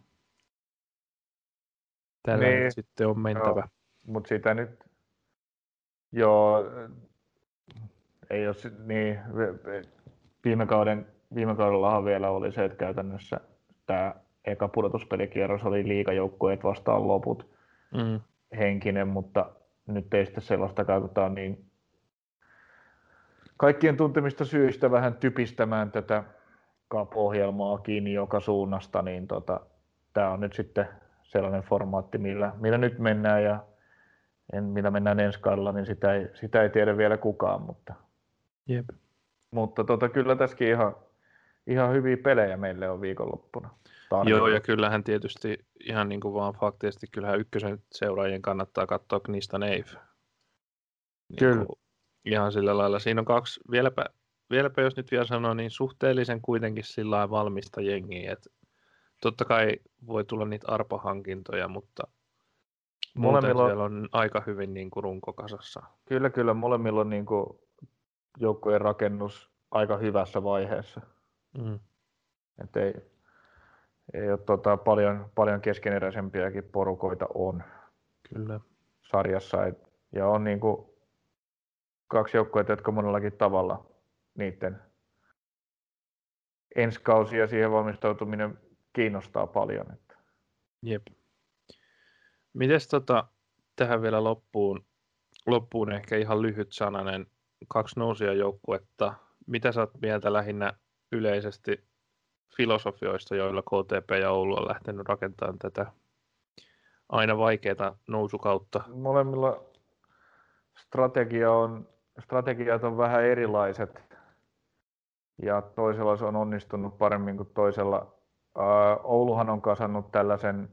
tällä niin, nyt sitten on mentävä. Mutta sitä nyt, joo, ei ole niin, viime kauden, viime kaudellahan vielä oli se, että käytännössä tämä eka pudotuspelikierros oli liigajoukkueet vastaan loput Mm. henkinen, mutta nyt ei sitten sellaista käytetään niin kaikkien tuntemista syistä vähän typistämään tätä C A P-ohjelmaakin joka suunnasta, niin tota, tämä on nyt sitten sellainen formaatti, millä, millä nyt mennään ja en, millä mennään ensi kaudella, niin sitä ei, sitä ei tiedä vielä kukaan, mutta, Jep. mutta tota, kyllä tässäkin ihan, ihan hyviä pelejä meille on viikonloppuna tarjolla. Joo, ja kyllähän tietysti ihan niin kuin vaan faktisesti, kyllähän ykkösen seuraajien kannattaa katsoa Knista Neif. Niin Kyllä. Ihan sillä lailla. Siinä on kaksi, vieläpä, vieläpä jos nyt vielä sanoo, niin suhteellisen kuitenkin sillä lailla valmista jengiä. Et totta kai voi tulla niitä arpahankintoja, mutta muuten siellä on aika hyvin niin kuin runko kasassa. Kyllä, kyllä. Molemmilla on niin kuin joukkueen rakennus aika hyvässä vaiheessa. Mm. Et ei, ei ole tota, paljon, paljon keskeneräisempiäkin porukoita on Kyllä. sarjassa. Et, ja on niin kuin kaksi joukkuetta, jotka monellakin tavalla niiden ensi kausi ja siihen valmistautuminen kiinnostaa paljon. Että. Jep. Mites tota, tähän vielä loppuun, loppuun ehkä ihan lyhyt sananen, kaksi nousijajoukkuetta. Mitä sä oot mieltä lähinnä yleisesti filosofioista, joilla K T P ja Oulu on lähtenyt rakentamaan tätä aina vaikeaa nousukautta? Molemmilla strategia on, strategiat on vähän erilaiset ja toisella se on onnistunut paremmin kuin toisella. Ouluhan on kasannut tällaisen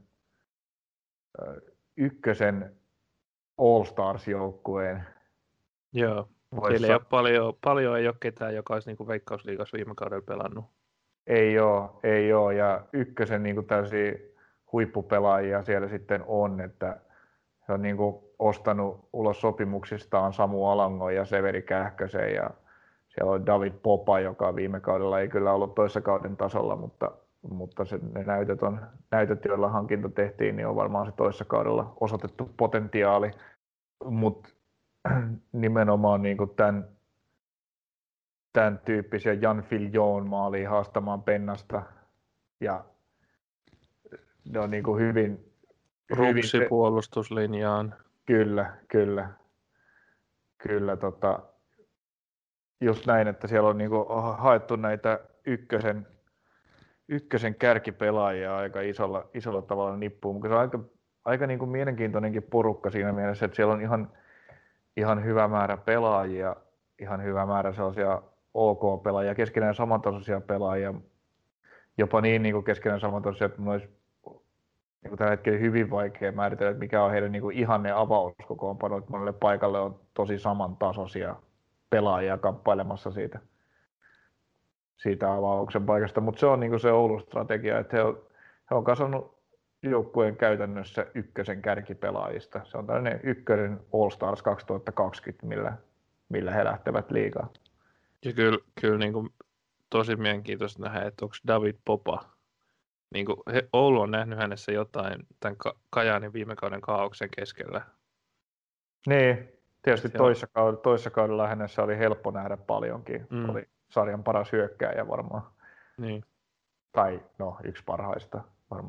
ykkösen All-Stars-joukkueen. Joo, siellä ei ole paljon, paljon ei ole ketään, joka olisi niin kuin Veikkausliigassa viime kaudella pelannut. Ei ole, ei ole. Ja ykkösen niin kuin täysiä huippupelaajia siellä sitten on, että he on niin kuin ostanut ulos sopimuksistaan Samu Alangon ja Severi Kähkösen ja siellä on David Popa, joka viime kaudella ei kyllä ollut toissa kauden tasolla, mutta, mutta se, ne näytöt, on, näytöt, joilla hankinta tehtiin, niin on varmaan se toissa kaudella osoitettu potentiaali. Mutta nimenomaan niin kuin tämän, tämän tyyppisiä Jan Filjon maaliin haastamaan Pennasta ja ne on niin kuin hyvin... Rupsi hyvin, puolustuslinjaan. Kyllä, kyllä. Kyllä, tota, just näin, että siellä on niin kuin haettu näitä ykkösen, ykkösen kärkipelaajia aika isolla, isolla tavalla nippuun, mutta se on aika, aika niin kuin mielenkiintoinenkin porukka siinä mielessä, että siellä on ihan, ihan hyvä määrä pelaajia, ihan hyvä määrä sellaisia OK-pelaajia, keskenään samantasoisia pelaajia, jopa niin, niin kuin keskenään samantasoisia, että olisi niin kuin tällä hetkellä hyvin vaikea määritellä, että mikä on heidän niin kuin ihanne avauskokoonpano, että monelle paikalle on tosi samantasoisia pelaajia kamppailemassa siitä, siitä avauksen paikasta, mutta se on niin kuin se Oulun strategia, että he on, he on kasvanut joukkueen käytännössä ykkösen kärkipelaajista. Se on tällainen ykkönen All Stars kaksituhattakaksikymmentä, millä, millä he lähtevät liigaan. Ja kyllä, kyllä niin kuin tosi mielenkiintoista nähdä, että onko David Popa, niin kuin he, Oulu on nähnyt hänessä jotain tämän Kajaanin viime kauden kaaoksen keskellä. Niin, tietysti toissa kaudella, toissa kaudella hänessä oli helppo nähdä paljonkin. Mm. Oli sarjan paras hyökkääjä varmaan. Niin. Tai no, yksi parhaista varmaan,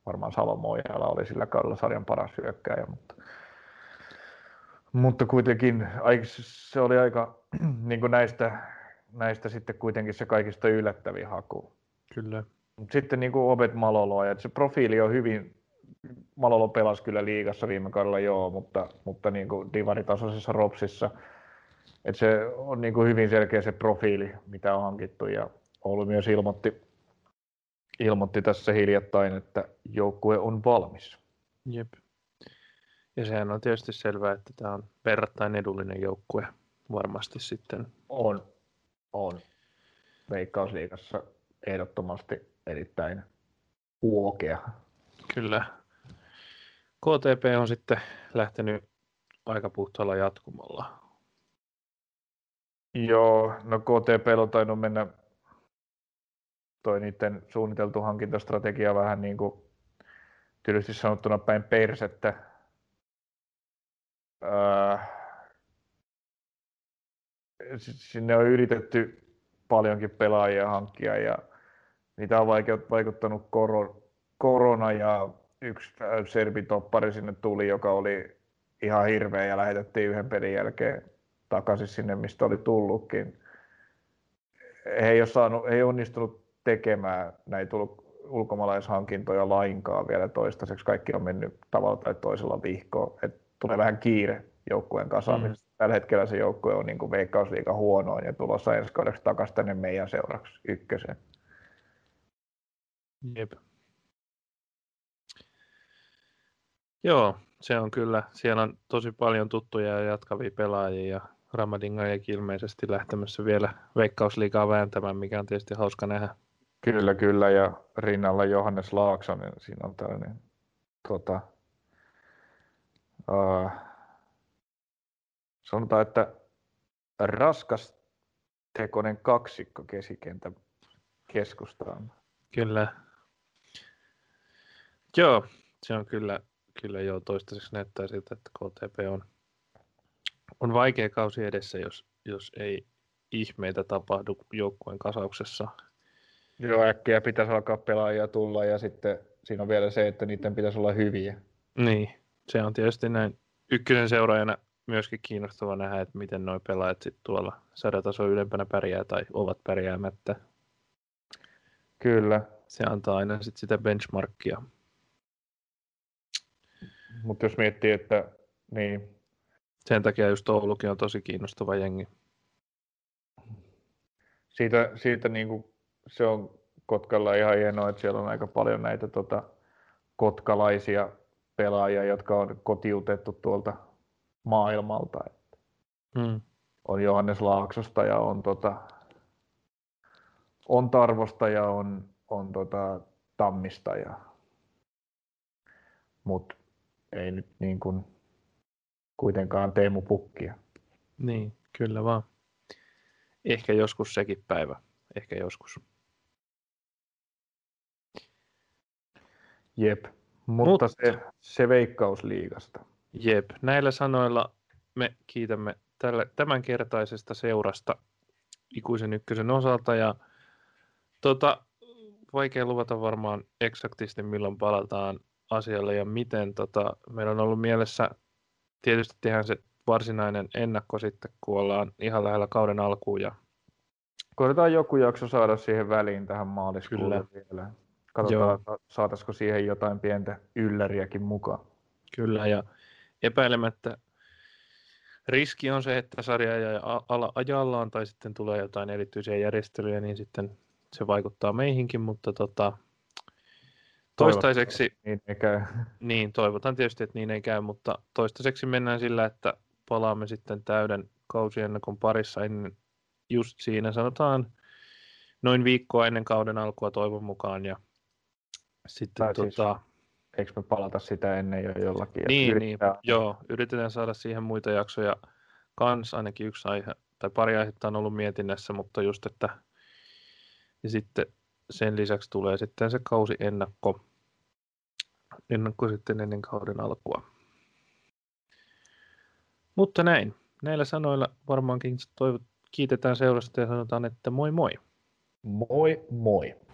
varmaan Salomo-Ojala oli sillä kaudella sarjan paras hyökkääjä, mutta, mutta kuitenkin se oli aika niin kuin näistä, näistä sitten kuitenkin se kaikista yllättävin haku. Kyllä. Sitten niin kuin Obed Malolo, ja se profiili on hyvin, Malolo pelasi kyllä liigassa viime kaudella joo, mutta, mutta niin kuin divaritasoisessa Ropsissa, että se on niin kuin hyvin selkeä se profiili, mitä on hankittu, ja Oulu myös ilmoitti, ilmoitti tässä hiljattain, että joukkue on valmis. Jep. Ja sehän on tietysti selvää, että tämä on verrattain edullinen joukkue varmasti sitten. On, on. Veikkausliigassa ehdottomasti erittäin huokea. Kyllä. K T P on sitten lähtenyt aika puhtaalla jatkumalla. Joo, no K T P on tainnut mennä toi niiden suunniteltu hankintastrategia vähän niin kuin tylysti sanottuna päin persettä. Öö, sinne on yritetty paljonkin pelaajia hankkia ja niitä on vaikuttanut korona ja yksi serbitoppari sinne tuli, joka oli ihan hirveä ja lähetettiin yhden pelin jälkeen takaisin sinne, mistä oli tullutkin. He ei, ole saanut, he ei onnistunut tekemään näitä ulkomaalaishankintoja lainkaan vielä toistaiseksi. Kaikki on mennyt tavalla tai toisella vihkoon. Et tulee vähän kiire joukkueen kasaamisesta. Mm. Tällä hetkellä se joukkue on niin kuin Veikkausliigan huonoin ja tulossa ensi kaudeksi takaisin tänne meidän seuraksi ykkösen. Jep. Joo, se on kyllä. Siellä on tosi paljon tuttuja ja jatkavia pelaajia ja Ramadingajakin ilmeisesti lähtemässä vielä Veikkausliigaa vääntämään, mikä on tietysti hauska nähdä. Kyllä, kyllä. Ja rinnalla Johannes Laaksonen. Siinä on tällainen tota, uh, sanotaan, että raskas tekoinen kaksikko kesikentän keskustaan. Kyllä. Joo, se on kyllä, kyllä jo toistaiseksi näyttää siltä, että K T P on, on vaikea kausi edessä, jos, jos ei ihmeitä tapahdu joukkueen kasauksessa. Joo, äkkiä pitäisi alkaa pelaajia tulla ja sitten siinä on vielä se, että niiden pitäisi olla hyviä. Niin, se on tietysti näin ykkösen seuraajana myöskin kiinnostava nähdä, että miten nuo pelaajat sitten tuolla sarjatason ylempänä pärjää tai ovat pärjäämättä. Kyllä. Se antaa aina sit sitä benchmarkia. Mutta jos miettii, että niin. Sen takia just Oulukin on tosi kiinnostava jengi. Siitä, siitä niinku, se on Kotkalla ihan hienoa, että siellä on aika paljon näitä tota, kotkalaisia pelaajia, jotka on kotiutettu tuolta maailmalta. Hmm. On Johannes Laaksosta ja on, tota, on Tarvosta ja on, on tota, Tammista. Ja, mut ei nyt niin kuin kuitenkaan Teemu Pukkia. Niin, kyllä vaan. Ehkä joskus sekin päivä. Ehkä joskus. Jep, mutta, mutta se, se Veikkausliigasta. Jep, näillä sanoilla me kiitämme tälle, tämänkertaisesta seurasta ikuisen ykkösen osalta. Ja tota, vaikea luvata varmaan eksaktisti milloin palataan asialle ja miten. Tota, meillä on ollut mielessä tietysti tehdään se varsinainen ennakko sitten, kun ollaan ihan lähellä kauden alkuun. Ja koitetaan joku jakso saada siihen väliin tähän maaliskuulle vielä. Katsotaan, Joo. saataisiko siihen jotain pientä ylläriäkin mukaan. Kyllä, ja epäilemättä riski on se, että sarja ei ala ajallaan tai sitten tulee jotain erityisiä järjestelyjä, niin sitten se vaikuttaa meihinkin, mutta tota, toistaiseksi niin ei käy. Niin, toivotaan tietysti, että niin ei käy, mutta toistaiseksi mennään sillä, että palaamme sitten täyden kausiennakon parissa ennen, just siinä sanotaan noin viikkoa ennen kauden alkua toivon mukaan. Ja sitten tai siis, tota, eikö me palata sitä ennen jo jollakin? Niin, niin joo, yritetään saada siihen muita jaksoja kans, ainakin yksi aihe, tai pari aihetta on ollut mietinnässä, mutta just, että ja sitten sen lisäksi tulee sitten se kausi ennakko, ennakko sitten ennen kauden alkua. Mutta näin, näillä sanoilla varmaankin toivot, kiitetään seurasta ja sanotaan, että moi moi. Moi moi.